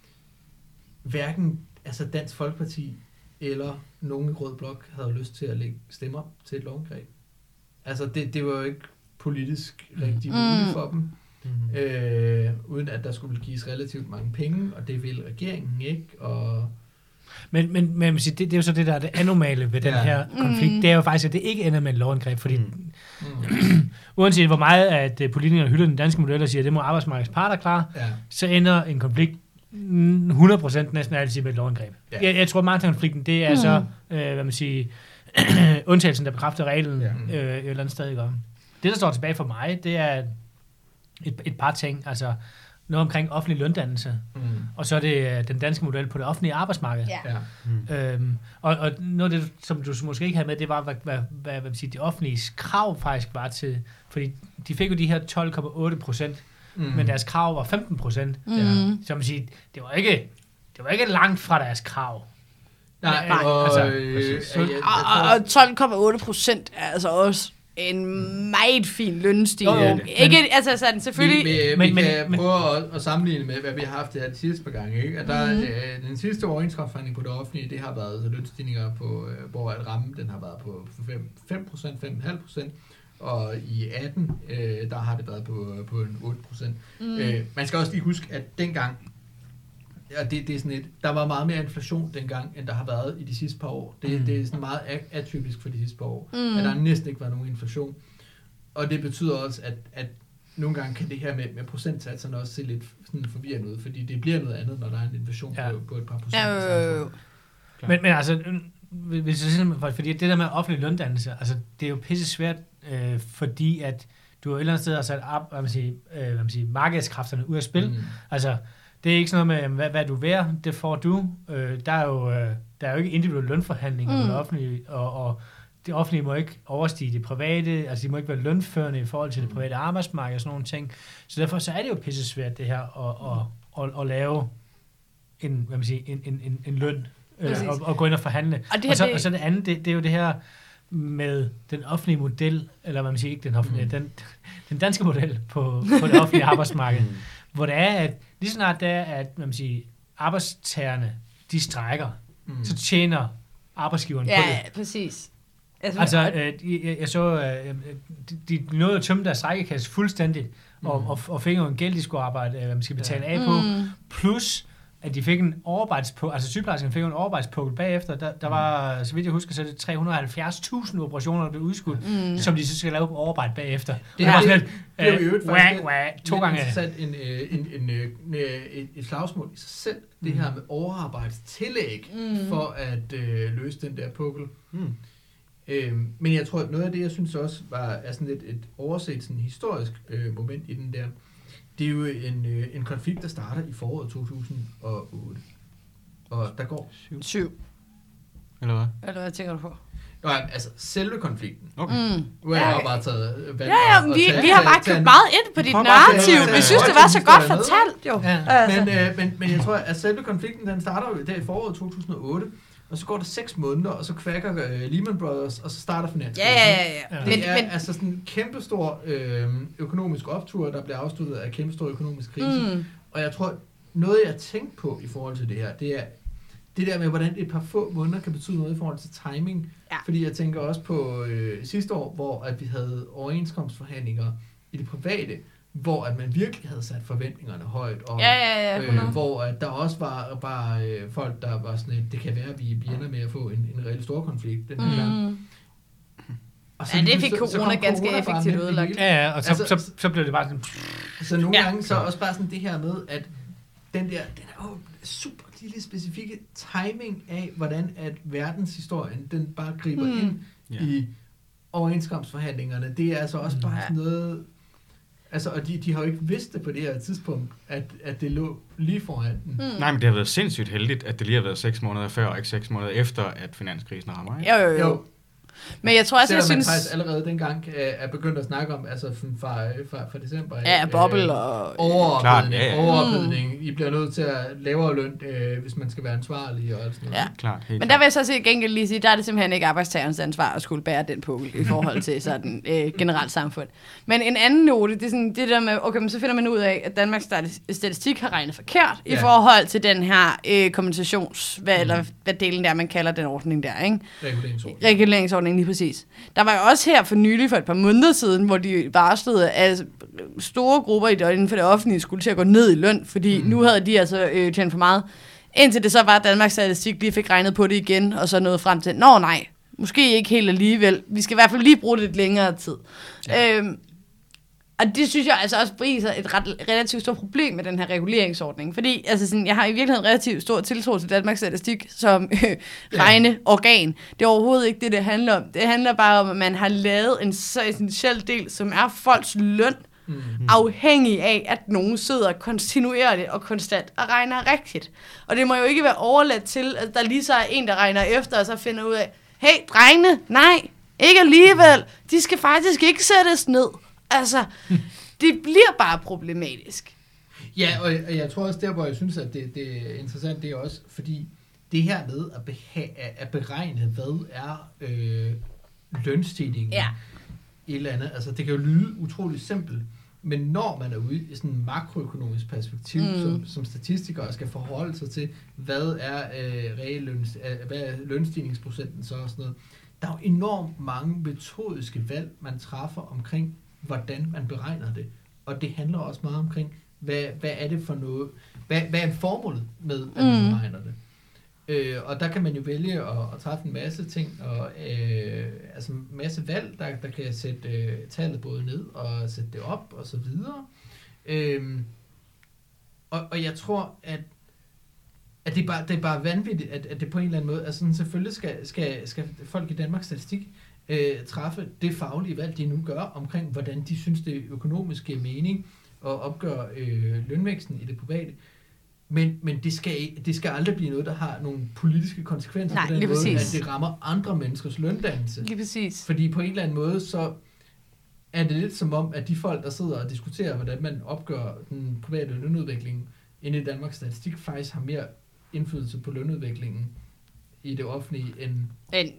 S3: hverken altså Dansk Folkeparti eller nogen i Rød Blok havde lyst til at lægge stemmer til et lovindgreb. Altså, det, det var jo ikke politisk rigtig muligt for dem, mm. øh, uden at der skulle gives relativt mange penge, og det ville regeringen ikke, og
S4: Men, men, men det, det er jo så det, der er det anomale ved den ja. her konflikt. Mm. Det er jo faktisk, at det ikke ender med et lovindgreb, fordi mm. uanset hvor meget at politikerne hylder den danske model og siger, at det må arbejdsmarkedets parter klare, ja. så ender en konflikt hundrede procent næsten altid med et lovindgreb. Ja. Jeg, jeg tror, at Martin-konflikten, det er mm. så, øh, hvad man siger, undtagelsen, der bekræfter reglen ja. øh, et eller andet sted. Ikke? Det, der står tilbage for mig, det er et, et par ting. Altså, noget omkring offentlig løndannelse, mm. og så er det den danske model på det offentlige arbejdsmarked.
S5: Ja.
S4: Mm. Øhm, og, og noget af det, som du måske ikke havde med, det var, hvad, hvad, hvad, hvad sige, det offentlige krav faktisk var til, fordi de fik jo de her tolv komma otte procent, mm. men deres krav var femten procent. Mm. Ja. Så man siger, det var ikke, det var ikke langt fra deres krav.
S3: Nej,
S5: Nej.
S3: og,
S4: Altså,
S3: øh,
S4: så-
S3: jeg- jeg
S5: Og,
S3: tror-
S5: og, og tolv komma otte procent er altså også en meget fin lønstigning.
S4: Jo, jo, men-
S5: Ikke, altså sådan, selvfølgelig...
S3: Vi, vi,
S4: Men-
S3: vi
S4: men-
S3: kan
S4: men-
S3: prøve at, at sammenligne med, hvad vi har haft det her de sidste par gange. Ikke? At der,
S5: Mhm.
S3: øh, den sidste overenskomstforhandling på det offentlige, det har været så lønstigninger, på, øh, hvor at rammen den har været på fem procent, fem komma fem procent, og i atten, øh, der har det været på, på en otte procent. Mm. Øh, man skal også lige huske, at dengang, ja, det, det er sådan et, der var meget mere inflation dengang, end der har været i de sidste par år. Det,
S4: Mm.
S3: det er sådan meget a- atypisk for de sidste par år,
S5: Mm.
S3: at der næsten ikke var nogen inflation. Og det betyder også, at, at nogle gange kan det her med, med procentsatserne også se lidt sådan forvirrende ud, fordi det bliver noget andet, når der er en inflation
S4: Ja.
S3: på, på et par procent.
S5: Ja,
S3: i
S5: øh,
S3: samfundet.
S4: Men, men altså, øh, hvis jeg siger, for- fordi det der med offentlig løndannelse, altså, det er jo pisse svært, øh, fordi at du et eller andet sted har sat op, hvad man siger, øh, hvad man siger, markedskræfterne ud af spil.
S3: Mm.
S4: Altså, det er ikke sådan noget med, hvad, hvad du er værd, det får du. Øh, der, er jo, øh, der er jo ikke individuelle lønforhandlinger mm.
S5: Mm.
S4: på det offentlige, og, og det offentlige må ikke overstige det private, altså de må ikke være lønførende i forhold til det private arbejdsmarked og sådan nogle ting. Så derfor så er det jo pisse svært det her at, at, at, at lave en, hvad man siger, en, en, en, en løn, øh,
S5: Præcis.
S4: og, og gå ind og forhandle.
S5: Og det her,
S4: og, så,
S5: det-
S4: og så det andet, det, det er jo det her med den offentlige model, eller hvad man siger, ikke den offentlige, mm. den, den danske model på, på det offentlige arbejdsmarked, hvor det er, at lige snart det er, at hvad man siger, arbejdstagerne, de strækker,
S3: Mm.
S4: så tjener arbejdsgiveren på
S5: Ja,
S4: det.
S5: præcis. Altså,
S4: Altså, øh, jeg, jeg så, øh, de, de nåede at tømme deres strækkekasse fuldstændig, og, og, og fik jo en gæld, de skulle arbejde, øh, hvad man skal betale af på,
S5: Mm.
S4: plus at de fik en overarbejdspukkel, altså sygeplejersken fik jo en overarbejdspukkel bagefter, der, der var, så vidt jeg husker, så er det tre hundrede og halvfjerds tusind operationer, der blev udskudt,
S5: Mm.
S4: som de så skal lave på overarbejde bagefter.
S3: Det
S4: var
S3: er-
S4: sådan
S3: det-
S4: lidt,
S3: det er jo i
S4: øh,
S3: øvrigt
S4: wah,
S3: faktisk
S4: wah, to
S3: lidt
S4: gange.
S3: interessant en, øh, en, en, øh, en, øh, et, et slagsmål i sig selv, det
S4: Mm.
S3: her med overarbejdstillæg,
S5: Mm.
S3: for at øh, løse den der pukkel.
S6: Mm.
S3: Øhm, men jeg tror, at noget af det, jeg synes også var er sådan lidt et overset sådan historisk øh, moment i den der, det er jo en, øh, en konflikt, der starter i foråret to tusind og otte. Og der går...
S5: Syv.
S6: Eller hvad?
S5: Eller hvad tænker du på?
S3: Nå, altså, selve konflikten.
S6: Okay.
S5: Mm.
S3: Nu har jeg
S5: Ja,
S3: jo bare taget... øh, valgt
S5: Ja, ja,
S3: at-
S5: men
S3: at
S5: vi,
S3: tage-
S5: vi har
S3: tage-
S5: bare
S3: tage
S5: købt
S3: en-
S5: meget ind på dit
S6: prøver bare at
S5: narrativ.
S3: tage-
S5: Vi
S3: tage-
S5: synes,
S3: tage-
S5: det var så
S3: tage-
S5: godt
S3: tage-
S5: fortalt, jo.
S4: Ja.
S5: Altså.
S3: Men, øh, men, men jeg tror, at selve konflikten, den starter jo der i foråret to tusind og otte, og så går der seks måneder, og så kvækker øh, Lehman Brothers, og så starter finanskrisen.
S5: Ja, ja, ja. ja.
S4: Ja.
S3: Det
S5: Men,
S3: er
S5: men,
S3: altså sådan en kæmpestor øh, økonomisk optur, der bliver afsluttet af kæmpestor økonomisk krise.
S5: mm,
S3: Og jeg tror, noget jeg tænkte på i forhold til det her, det er det der med, hvordan et par få måneder kan betyde noget i forhold til timing.
S5: Ja.
S3: Fordi jeg tænker også på øh, sidste år, hvor at vi havde overenskomstforhandlinger i det private, hvor at man virkelig havde sat forventningerne højt, og
S5: ja, ja, ja.
S3: øh,
S5: hundrede.
S3: hvor at der også var bare øh, folk, der var sådan et, det kan være, at vi, vi ender med at få en, en reel stor konflikt den her gang.
S5: Mm.
S3: Og
S5: Ja,
S3: lige
S5: det fik
S3: pludselig- så
S5: corona
S3: kom
S5: ganske
S3: corona bare
S5: effektivt
S3: midt i det
S5: ødelagt.
S3: hele.
S4: Ja, ja, og så,
S3: Altså-
S4: så, så blev det bare sådan,
S3: Så nogle
S5: Ja.
S3: gange så også bare sådan det her med, at den der, den er jo super lille specifikke timing af, hvordan at verdenshistorien, den bare griber
S5: Hmm.
S3: mm. ind
S6: Ja.
S3: i overenskomstforhandlingerne. Det er altså også bare
S5: Ja.
S3: sådan noget, altså, og de, de har jo ikke vidst det på det her tidspunkt, at, at det lå lige foran den.
S5: Mm.
S6: Nej, men det har været sindssygt heldigt, at det lige har været seks måneder før, og ikke seks måneder efter, at finanskrisen rammer. Ikke?
S5: Jo, jo, jo. Men jeg tror også, jeg
S3: Selvom man
S5: synes...
S3: faktisk allerede dengang øh, er begyndt at snakke om, altså sådan fra, fra, fra december.
S5: Ja,
S3: øh,
S5: boble og...
S3: Overophedning,
S6: Klart, ja, ja.
S3: overophedning. I bliver nødt til at lavere løn, øh, hvis man skal være ansvarlig og alt sådan noget.
S5: Ja.
S6: Klart, helt
S5: Men der vil jeg så til gengæld lige sige, der er det simpelthen ikke arbejdstagerens ansvar at skulle bære den pukkel i forhold til sådan øh, generelt samfund. Men en anden note, det er sådan det der med, okay, men så finder man ud af, at Danmarks Statistik har regnet forkert ja. i
S3: Ja.
S5: forhold til den her øh, kompensations, hvad, mm. eller hvad delen der, man kalder den ordning der, ikke?
S3: Reguleringsordning.
S5: Reguleringsordningen lige præcis. Der var jo også her for nylig, for et par måneder siden, hvor de varslede, at store grupper i det, inden for det offentlige skulle til at gå ned i løn, fordi mm. nu havde de altså øh, tjent for meget. Indtil det så var, at Danmarks Statistik lige fik regnet på det igen, og så nåede frem til, nå nej, måske ikke helt alligevel. Vi skal i hvert fald lige bruge det lidt længere tid. Ja. Øhm, og det synes jeg altså også viser et ret, relativt stort problem med den her reguleringsordning. Fordi altså sådan, jeg har i virkeligheden relativt stor tiltro til Danmarks Statistik som øh, regneorgan. Det er overhovedet ikke det, det handler om. Det handler bare om, at man har lavet en så essentiel del, som er folks løn Mm. Afhængig af, at nogen sidder kontinuerligt og konstant og regner rigtigt. Og det må jo ikke være overladt til, at der lige så er en, der regner efter, og så finder ud af, hey, drengene, nej, ikke alligevel. De skal faktisk ikke sættes ned. Altså, det bliver bare problematisk.
S3: Ja, og jeg, jeg tror også der, hvor jeg synes, at det, det er interessant, det er også, fordi det her med at, beha- at beregne, hvad er øh, lønstigningen
S5: ja.
S3: i et eller andet, altså det kan jo lyde utroligt simpelt, men når man er ude i sådan en makroøkonomisk perspektiv, mm. som, som statistikere skal forholde sig til, hvad er, øh, reelle løns, øh, hvad er lønstigningsprocenten så og sådan noget, der er jo enormt mange metodiske valg, man træffer omkring, hvordan man beregner det, og det handler også meget omkring, hvad, hvad er det for noget, hvad, hvad er formålet med, at man mm. beregner det. Øh, og der kan man jo vælge at, at træffe en masse ting, og øh, altså en masse valg, der, der kan sætte øh, tallet både ned og sætte det op, og så videre. Øh, og, og jeg tror, at, at det, er bare, det er bare vanvittigt, at, at det på en eller anden måde, altså sådan, selvfølgelig skal, skal, skal folk i Danmarks Statistik øh, træffe det faglige valg, de nu gør, omkring hvordan de synes, det økonomisk giver mening at opgøre øh, lønvæksten i det private. Men, men det, skal, det skal aldrig blive noget, der har nogle politiske konsekvenser.
S5: Nej,
S3: på den måde,
S5: præcis.
S3: at det rammer andre menneskers løndannelse.
S5: Lige præcis.
S3: Fordi på en eller anden måde, så er det lidt som om, at de folk, der sidder og diskuterer, hvordan man opgør den private lønudvikling inde i Danmarks Statistik, faktisk har mere indflydelse på lønudviklingen i det offentlige, end
S5: en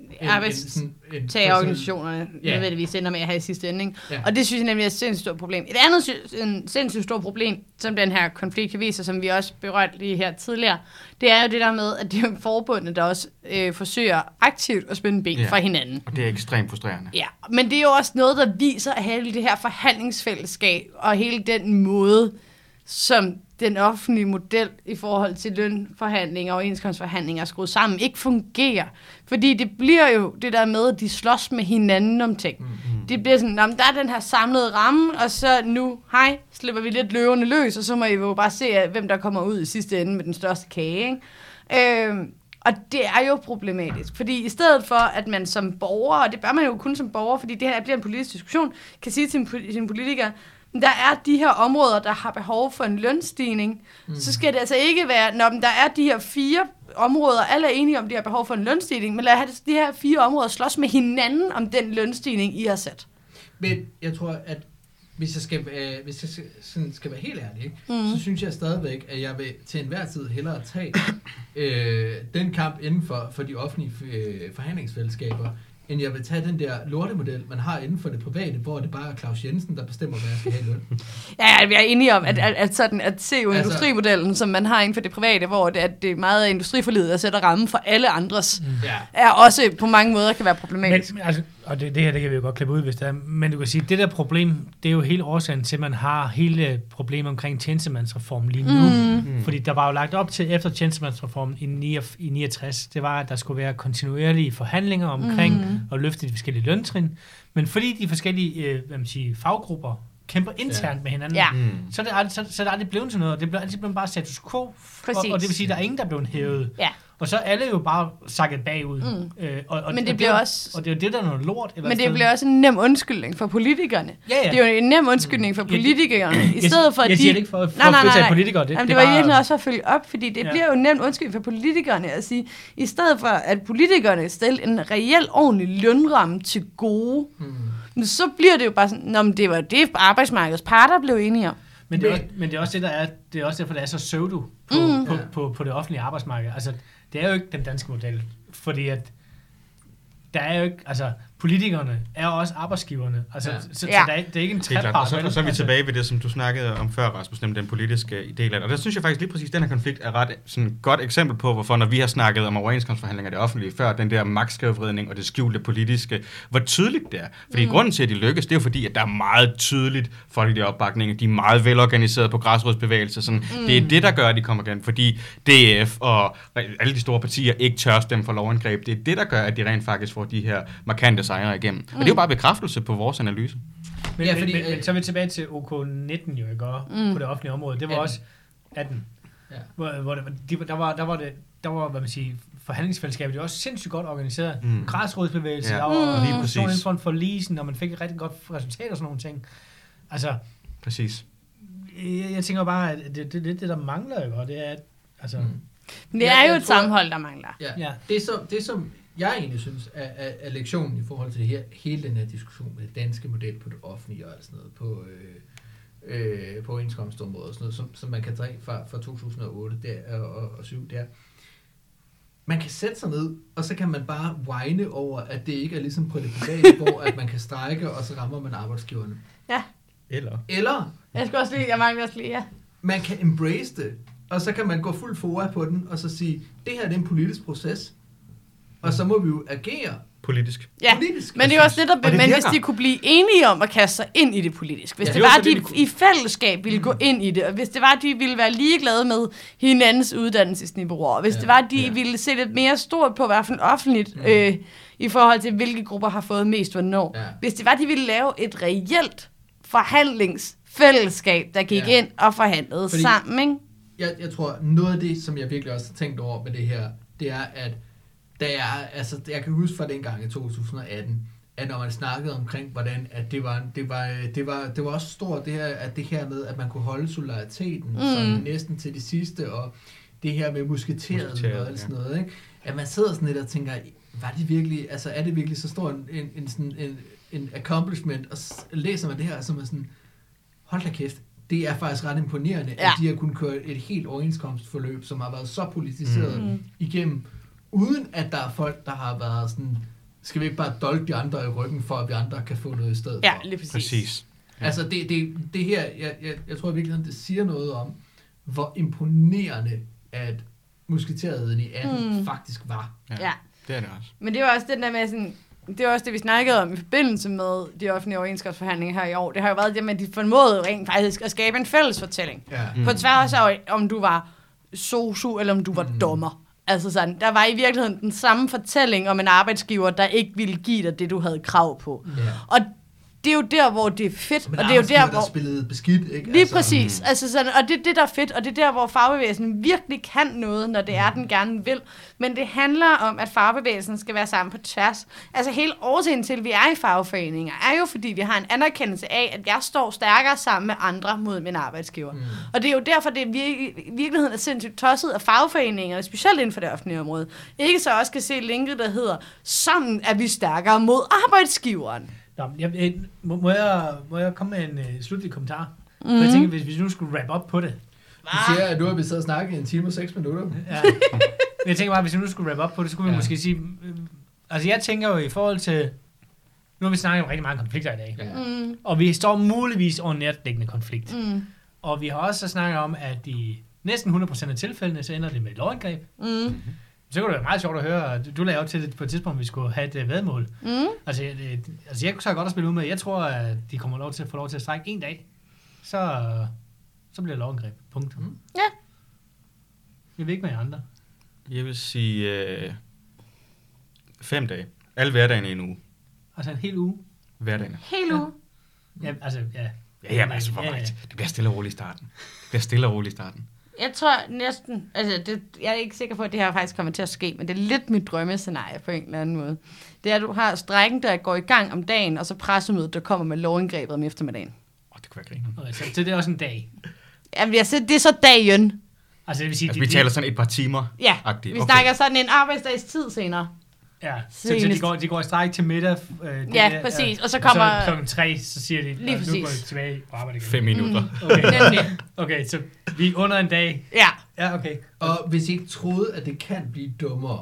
S5: arbejdstagerorganisationerne
S3: ja.
S5: nødvendigvis ender med at have i sidste ende.
S3: Ja.
S5: Og det synes jeg nemlig er et sindssygt stort problem. Et andet sy- en sindssygt stort problem, som den her konflikt viser, som vi også berørte lige her tidligere, det er jo det der med, at det er forbundet, der også øh, forsøger aktivt at spænde ben
S6: ja.
S5: for hinanden.
S6: Og det er ekstremt frustrerende.
S5: Ja, men det er jo også noget, der viser at hele det her forhandlingsfællesskab, og hele den måde, som den offentlige model i forhold til lønforhandlinger og overenskomstforhandlinger er skruet sammen, ikke fungerer. Fordi det bliver jo det der med, at de slås med hinanden om ting. Mm-hmm. Det bliver sådan, der er den her samlede ramme, og så nu, hej, slipper vi lidt løverne løs, og så må I jo bare se, hvem der kommer ud i sidste ende med den største kage. Ikke? Øhm, og det er jo problematisk, fordi i stedet for, at man som borger, og det bør man jo kun som borger, fordi det her bliver en politisk diskussion, kan sige til en politiker, der er de her områder, der har behov for en lønstigning, mm. så skal det altså ikke være, når der er de her fire områder, alle er enige om, de har behov for en lønstigning, men lad have de her fire områder slås med hinanden om den lønstigning, I har sat.
S3: Men jeg tror, at hvis jeg skal, øh, hvis jeg skal, sådan skal være helt ærlig, ikke, mm. så synes jeg stadigvæk, at jeg vil til enhver tid hellere tage øh, den kamp inden for, for de offentlige øh, forhandlingsfællesskaber, end jeg vil tage den der lortemodel, man har inden for det private, hvor det bare er Claus Jensen, der bestemmer, hvad jeg skal have i løn.
S5: Ja, vi er enige om, at, at, at, sådan, at se jo altså, industrimodellen, som man har inden for det private, hvor det, at det er meget af industriforliget, der sætter rammen for alle andres, mm. er også på mange måder kan være problematisk.
S4: Men, altså, og det, det her, det kan vi jo godt klippe ud, hvis det er, men du kan sige, det der problem, det er jo hele årsagen til, at man har hele problemet omkring tjenestemandsreformen lige nu. Mm. Fordi der var jo lagt op til, efter tjenestemandsreformen i niogtres, det var, at der skulle være kontinuerlige forhandlinger omkring mm. at løfte de forskellige løntrin, men fordi de forskellige øh, hvad man siger, faggrupper kæmper internt ja. med hinanden, ja. mm. så, er det aldrig, så, så er det aldrig blevet til noget, og det bliver altid blevet bare status quo, og, og det vil sige, at der er ingen, der er blevet hævet. Ja. Og så er alle jo bare sakket bagud. Mm. Øh, og, og,
S5: men det
S4: og
S5: bliver
S4: det,
S5: også...
S4: Og det er jo det, der er noget lort.
S5: Men det bliver også en nem undskyldning for politikerne. Ja, ja. Det er jo en nem undskyldning for politikerne. I
S4: jeg,
S5: stedet for, at
S4: jeg
S5: de...
S4: siger det ikke for, for
S5: nej, nej, nej, nej.
S4: at politikere. Det,
S5: Jamen,
S4: det,
S5: det var
S4: bare...
S5: virkelig også at følge op, fordi det ja. bliver jo en nem undskyldning for politikerne at sige, i stedet for, at politikerne stiller en reel ordentlig lønramme til gode, mm. så bliver det jo bare sådan, nå, men det var det, arbejdsmarkedets parter blev enige om.
S4: Men det, er også, men det er også det, der er, det er også derfor, det er så pseudo på, mm. på, på, på, på det offentlige arbejdsmarked. Altså, det er jo ikke den danske model, fordi at der er jo ikke, altså politikerne er jo også arbejdsgiverne, altså ja. så, så
S5: ja.
S4: der er, det er ikke en trepart.
S6: Og så, og så er vi tilbage ved det, som du snakkede om før, Rasmus, nemlig den politiske del af det. Og der synes jeg faktisk lige præcis, at den her konflikt er ret sådan godt eksempel på, hvorfor når vi har snakket om overenskomstforhandlinger i det offentlige før, den der magtskævvridning og det skjulte politiske, hvor tydeligt det er. Fordi mm. grunden til, at de lykkes, det er jo fordi, at der er meget tydeligt folkelig opbakning, de er meget velorganiseret på græsrodsbevægelser, sådan. Mm. Det er det, der gør, at de kommer igen, fordi D F og alle de store partier ikke tør stemme for lovindgreb. Det er det, der gør, at de rent faktisk får de her markante sejre igennem. Mm. Og det er jo bare bekræftelse på vores analyse.
S4: Men,
S3: ja,
S4: men,
S3: fordi,
S4: men, men så er vi tilbage til O K nitten jo, ikke? Mm. På det offentlige område. Det var atten. Også atten. Ja. Hvor, hvor det, de, der, var, der var det, der var, hvad man siger, forhandlingsfællesskabet, det var også sindssygt godt organiseret. Mm. Græsrodsbevægelse, ja. der var mm. sådan en form for leasen, og man fik et rigtig godt resultat og sådan nogle ting. Altså,
S6: Præcis.
S4: Jeg, jeg tænker bare, at det, det, det, det der mangler jo, og det er, at, altså... Mm.
S5: Men det er jo et sammenhold, der mangler.
S3: Ja.
S4: Ja.
S3: Det, som, det, som jeg egentlig synes er, er, er lektionen i forhold til det her, hele den her diskussion med det danske model på det offentlige og sådan noget, på, øh, øh, på indkomstområdet og sådan noget, som, som man kan tage fra, fra to tusind og otte der, og, og, og syv der. Man kan sætte sig ned, og så kan man bare whine over, at det ikke er ligesom på det private, hvor at man kan strejke, og så rammer man arbejdsgiverne.
S5: Ja.
S6: Eller?
S5: Eller? Jeg skal også lige, jeg mangler også lige, ja.
S3: Man kan embrace det, og så kan man gå fuld forward på den, og så sige, det her det er en politisk proces, og så må vi jo agere
S6: politisk.
S5: Ja,
S3: politisk.
S5: men det er også netop,
S6: det
S5: men
S6: virker.
S5: hvis de kunne blive enige om at kaste sig ind i det politisk, hvis
S3: Ja,
S5: det
S3: det
S5: var,
S3: var
S5: at
S3: så
S5: de
S3: det, de
S5: i fællesskab ville mm. gå ind i det, og hvis det var, at de ville være ligeglade med hinandens uddannelsesniveauer, og hvis
S3: ja,
S5: det var, at de
S3: ja.
S5: ville se lidt mere stort på, i hvert fald offentligt,
S3: Mm.
S5: øh, i forhold til, hvilke grupper har fået mest hvornår.
S3: Ja.
S5: Hvis det var, at de ville lave et reelt forhandlingsfællesskab, der gik
S3: Ja.
S5: ind og forhandlede
S3: Fordi-
S5: sammen, ikke?
S3: Jeg, jeg tror, noget af det, som jeg virkelig også har tænkt over med det her, det er, at da jeg, altså, jeg kan huske fra dengang i to tusind og atten, at når man snakkede omkring, hvordan at det var, det var, det var, det var også stort, det her, at det her med, at man kunne holde solidariteten mm. sådan næsten til det sidste, og det her med musketeret
S6: Musketeret,
S3: og alt sådan
S6: ja.
S3: noget, ikke? At man sidder sådan lidt og tænker, var det virkelig, altså er det virkelig så stor en, en, en, sådan, en, en accomplishment, og s- læser man det her, så er man sådan, hold da kæft, det er faktisk ret imponerende, ja. at de har kunnet køre et helt overenskomstforløb, som har været så politiseret
S5: Mm.
S3: igennem, uden at der er folk, der har været sådan, skal vi ikke bare dolke de andre i ryggen, for at vi andre kan få noget i stedet
S5: Ja,
S3: for?
S5: lige præcis.
S6: Præcis.
S3: Ja. Altså det, det, det her, jeg, jeg, jeg tror virkelig, det siger noget om, hvor imponerende, at musketereden i atten
S5: Mm.
S3: faktisk var.
S6: Ja.
S5: Ja.
S6: Det er det også.
S5: Men det var også den der med sådan, det var også det, vi snakkede om i forbindelse med de offentlige overenskomstforhandlinger her i år. Det har jo været det med, at de formåede rent faktisk at skabe en fælles fortælling.
S3: Ja.
S6: Mm.
S5: På tværs af, om du var sosu eller om du var
S3: Mm.
S5: dommer. Altså sådan, der var i virkeligheden den samme fortælling om en arbejdsgiver, der ikke ville give dig det, du havde krav på.
S3: Ja.
S5: Og det er jo der, hvor det er fedt.
S3: Men
S5: Og det er jo der,
S3: der
S5: hvor...
S3: spillede beskidt, ikke?
S5: Lige
S3: altså,
S5: præcis. Altså sådan, og det er det, der er fedt, og det er der, hvor fagbevægelsen virkelig kan noget, når det er, den gerne vil. Men det handler om, at fagbevægelsen skal være sammen på tværs. Altså hele årsagen til, at vi er i fagforeninger, er jo fordi, vi har en anerkendelse af, at jeg står stærkere sammen med andre mod min arbejdsgiver. Mm. Og det er jo derfor, det er vir- i virkeligheden er sindssygt tosset af fagforeningerne, specielt inden for det offentlige område. Ikke så også kan se linket, der hedder, sådan er vi stærkere mod arbejdsgiveren.
S4: Nå, jeg, jeg, må, må, jeg, må jeg komme med en uh, slutlig kommentar? Mm. For jeg tænker, hvis vi nu skulle wrap op på det.
S3: Du siger, at nu har vi siddet og snakket i en time og seks minutter.
S4: Ja. Jeg tænker bare, hvis vi nu skulle wrap op på det, så skulle vi
S3: Ja.
S4: måske sige... Øh, altså jeg tænker jo i forhold til... Nu har vi snakket om rigtig mange konflikter i dag.
S3: Ja.
S5: Mm.
S4: Og vi står muligvis over en nærtliggende konflikt.
S5: Mm.
S4: Og vi har også snakket om, at i næsten hundrede procent af tilfældene, så ender det med et lovindgreb.
S5: Mm.
S4: Så kunne det være meget sjovt at høre, du, du lagde op til det på et tidspunkt, at vi skulle have et uh, vedmål.
S5: Mm.
S4: Altså, det, altså, jeg kunne så godt at spille ud med, jeg tror, at de kommer lov til at få lov til at strække en dag. Så, så bliver det lovindgreb. Punkt.
S3: Mm.
S5: Ja.
S4: Jeg ved ikke med jer andre.
S6: Jeg vil sige øh, fem dage. Alle hverdagen i en uge.
S4: Altså en hel uge.
S6: Hverdagen.
S5: Helt uge.
S4: Ja, altså, ja.
S6: Ja, jamen altså for
S4: Ja,
S6: mig.
S4: ja.
S6: Det bliver stille og roligt i starten. Det bliver stille og roligt i starten.
S5: Jeg tror næsten, altså det, jeg er ikke sikker på, at det her faktisk kommer til at ske, men det er lidt mit drømmescenarie på en eller anden måde. Det er, at du har strejken, der går i gang om dagen, og så pressemødet, der kommer med lovindgrebet om eftermiddagen.
S6: Åh, oh, det kunne jeg grine.
S4: Okay, så, så det er også en dag.
S5: Jamen, jeg siger, det er så dagen.
S4: Altså, det vil sige...
S6: Altså,
S4: de,
S6: vi taler sådan et par timer.
S5: Ja,
S6: Agtigt.
S5: vi
S6: Okay.
S5: snakker sådan en arbejdsdags tid senere.
S4: Ja, så, så de,
S5: Senest.
S4: går, de går i strejke til middag. Øh, det
S5: Ja,
S4: der,
S5: præcis. Og så
S4: Og
S5: kommer...
S4: så klokken tre, så siger de,
S5: Lige
S4: "Nå, nu
S5: præcis.
S4: går jeg tilbage på arbejde igen."
S6: Fem minutter.
S5: Mm.
S4: Okay.
S5: Nemlig.
S4: Okay, så vi er under en dag.
S5: Ja.
S4: Ja, okay.
S3: Og hvis I ikke troede, at det kan blive dummere,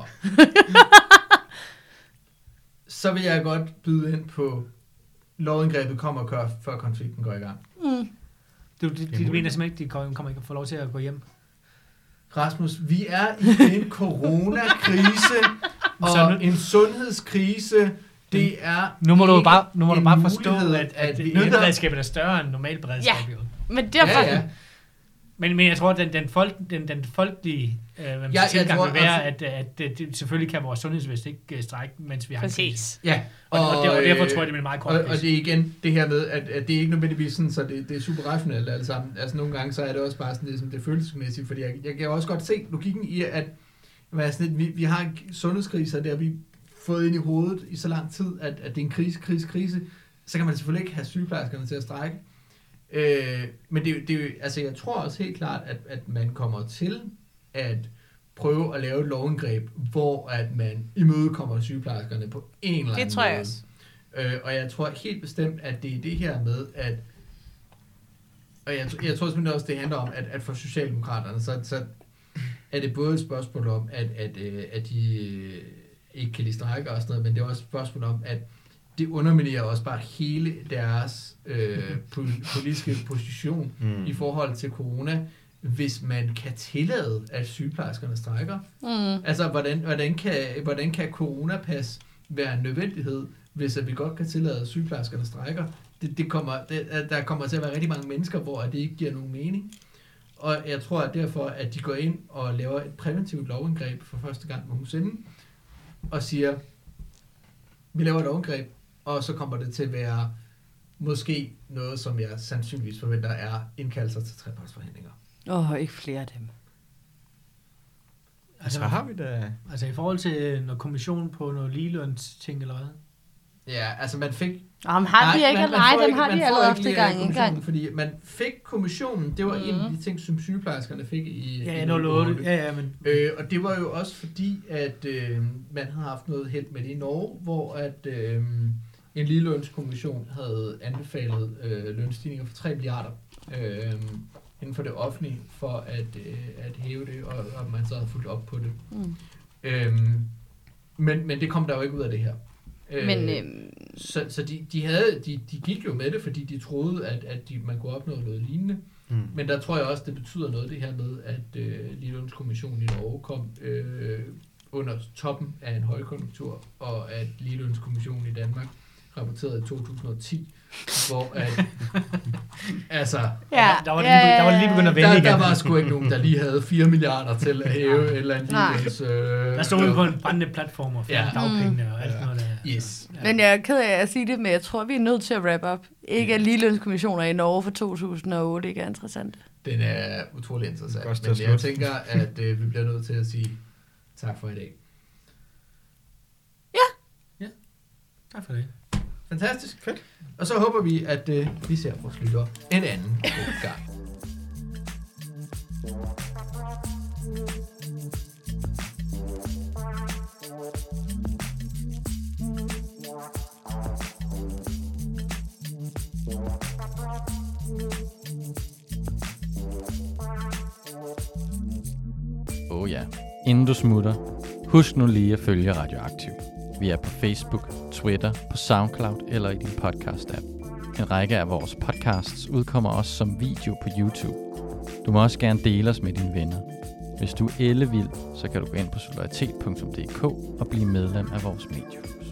S3: så vil jeg godt byde ind på, lovindgrebet kommer og kører, før konflikten går i gang.
S5: Mm.
S4: Du, de, de, de mener simpelthen ikke, de kommer kommer ikke at få lov til at gå hjem.
S3: Rasmus, vi er i en coronakrise
S4: Så
S3: og
S4: nu-
S3: en sundhedskrise. Det er
S4: Nu må du
S3: ikke
S4: bare, nu må du
S3: en
S4: bare forstå,
S3: mulighed,
S4: at, at,
S3: vi
S4: at nødberedskabet er større end normalt beredskab.
S5: Ja.
S4: Jo.
S5: Men derfor...
S3: Ja, ja.
S4: Men, men jeg tror, at den, den, folk, den, den folkelige øh, hvad man
S3: Ja,
S4: ja, tilgang
S3: jeg tror
S4: vil være,
S3: også-
S4: at, at, at det, selvfølgelig kan vores sundhedsvæsen ikke uh, strække, mens vi har en krise.
S5: Præcis.
S3: Ja,
S4: Og, og, og, og derfor
S3: øh,
S4: tror jeg, det bliver meget kort
S3: Og, og
S4: krise.
S3: det er igen det her med, at, at det er ikke nødvendigvis sådan, så det, det er super rationelt alt sammen. Altså nogle gange, så er det også bare sådan, det, som det er følelsesmæssigt, fordi jeg, jeg kan jo også godt se logikken i, at hvad er sådan lidt, vi, vi har en sundhedskrise, og det har vi fået ind i hovedet i så lang tid, at, at det er en krise, krise, krise. Så kan man selvfølgelig ikke have sygeplejerskerne til at strække. Øh, men det, det, altså jeg tror også helt klart, at, at man kommer til at prøve at lave et lovindgreb, hvor at man imødekommer sygeplejerskerne på en eller anden måde.
S5: Det tror jeg også.
S3: Øh, og jeg tror helt bestemt, at det er det her med, at og jeg, jeg tror simpelthen også, det handler om, at, at for Socialdemokraterne, så, så er det både et spørgsmål om, at, at, at de ikke kan lide strejker og sådan noget, men det er også et spørgsmål om, at det underminerer også bare hele deres øh, politiske position mm. i forhold til corona, hvis man kan tillade, at sygeplejerskerne strejker. Mm. Altså, hvordan, hvordan, kan, hvordan kan coronapas være en nødvendighed, hvis at vi godt kan tillade, at sygeplejerskerne strejker? Det, det kommer, det, der kommer til at være rigtig mange mennesker, hvor det ikke giver nogen mening. Og jeg tror at derfor, at de går ind og laver et præventivt lovindgreb for første gang nogensinde, og siger, vi laver et lovindgreb, og så kommer det til at være måske noget, som jeg sandsynligvis forventer er indkaldelser til trepartsforhandlinger.
S5: Åh, oh, ikke flere af dem.
S6: Altså, hvad har vi da?
S4: Altså i forhold til noget kommission på noget ligelønsting eller hvad?
S3: Ja, altså man fik...
S5: Jamen, har de
S3: nej,
S5: ikke?
S3: man, man
S5: Nej, dem
S3: ikke,
S5: har de allerede haft i gang en gang.
S3: Fordi man fik kommissionen, det var mm. en af de ting, som sygeplejerskerne fik i...
S4: Ja, nul otte. Ja, ja, men...
S3: Øh, og det var jo også fordi, at øh, man havde haft noget held med det i Norge, hvor at øh, en ligelønskommission havde anbefalet øh, lønstigninger for tre milliarder øh, inden for det offentlige, for at, øh, at hæve det, og, og man så havde fulgt op på det. Mm. Øh, men, men det kom der jo ikke ud af det her.
S5: Men,
S3: øh, så så de, de, havde, de, de gik jo med det, fordi de troede, at, at de, man kunne opnå noget lignende. Mm. Men der tror jeg også, det betyder noget, det her med, at øh, ligelønskommissionen i Norge kom øh, under toppen af en højkonjunktur, og at ligelønskommissionen i Danmark rapporterede i to tusind og ti, hvor at, altså,
S4: ja, der, var lige, der var lige begyndt at vende
S3: der,
S4: igen.
S3: Der var sgu ikke nogen, der lige havde fire milliarder til at hæve et eller andet ligeløns... Øh,
S4: der stod jo på en brændende platform og ja. dagpengene og alt ja. noget der.
S3: Yes.
S5: Ja. Men jeg er ked af at sige det, men jeg tror, vi er nødt til at wrap up. Ikke at ligelønskommissioner i Norge for to tusind og otte ikke er interessant.
S3: Den er utrolig interessant, men jeg tænker, at øh, vi bliver nødt til at sige tak for i dag.
S5: Ja.
S4: Ja, tak for det.
S3: Fantastisk. Fedt. Og så håber vi, at øh, vi ser vores lyttere en anden gang.
S1: Oh ja. Inden du smutter, husk nu lige at følge Radioaktiv. Vi er på Facebook, Twitter, på SoundCloud eller i din podcast-app. En række af vores podcasts udkommer også som video på YouTube. Du må også gerne dele os med dine venner. Hvis du er ellevild, så kan du gå ind på solidaritet punktum d k og blive medlem af vores mediehus.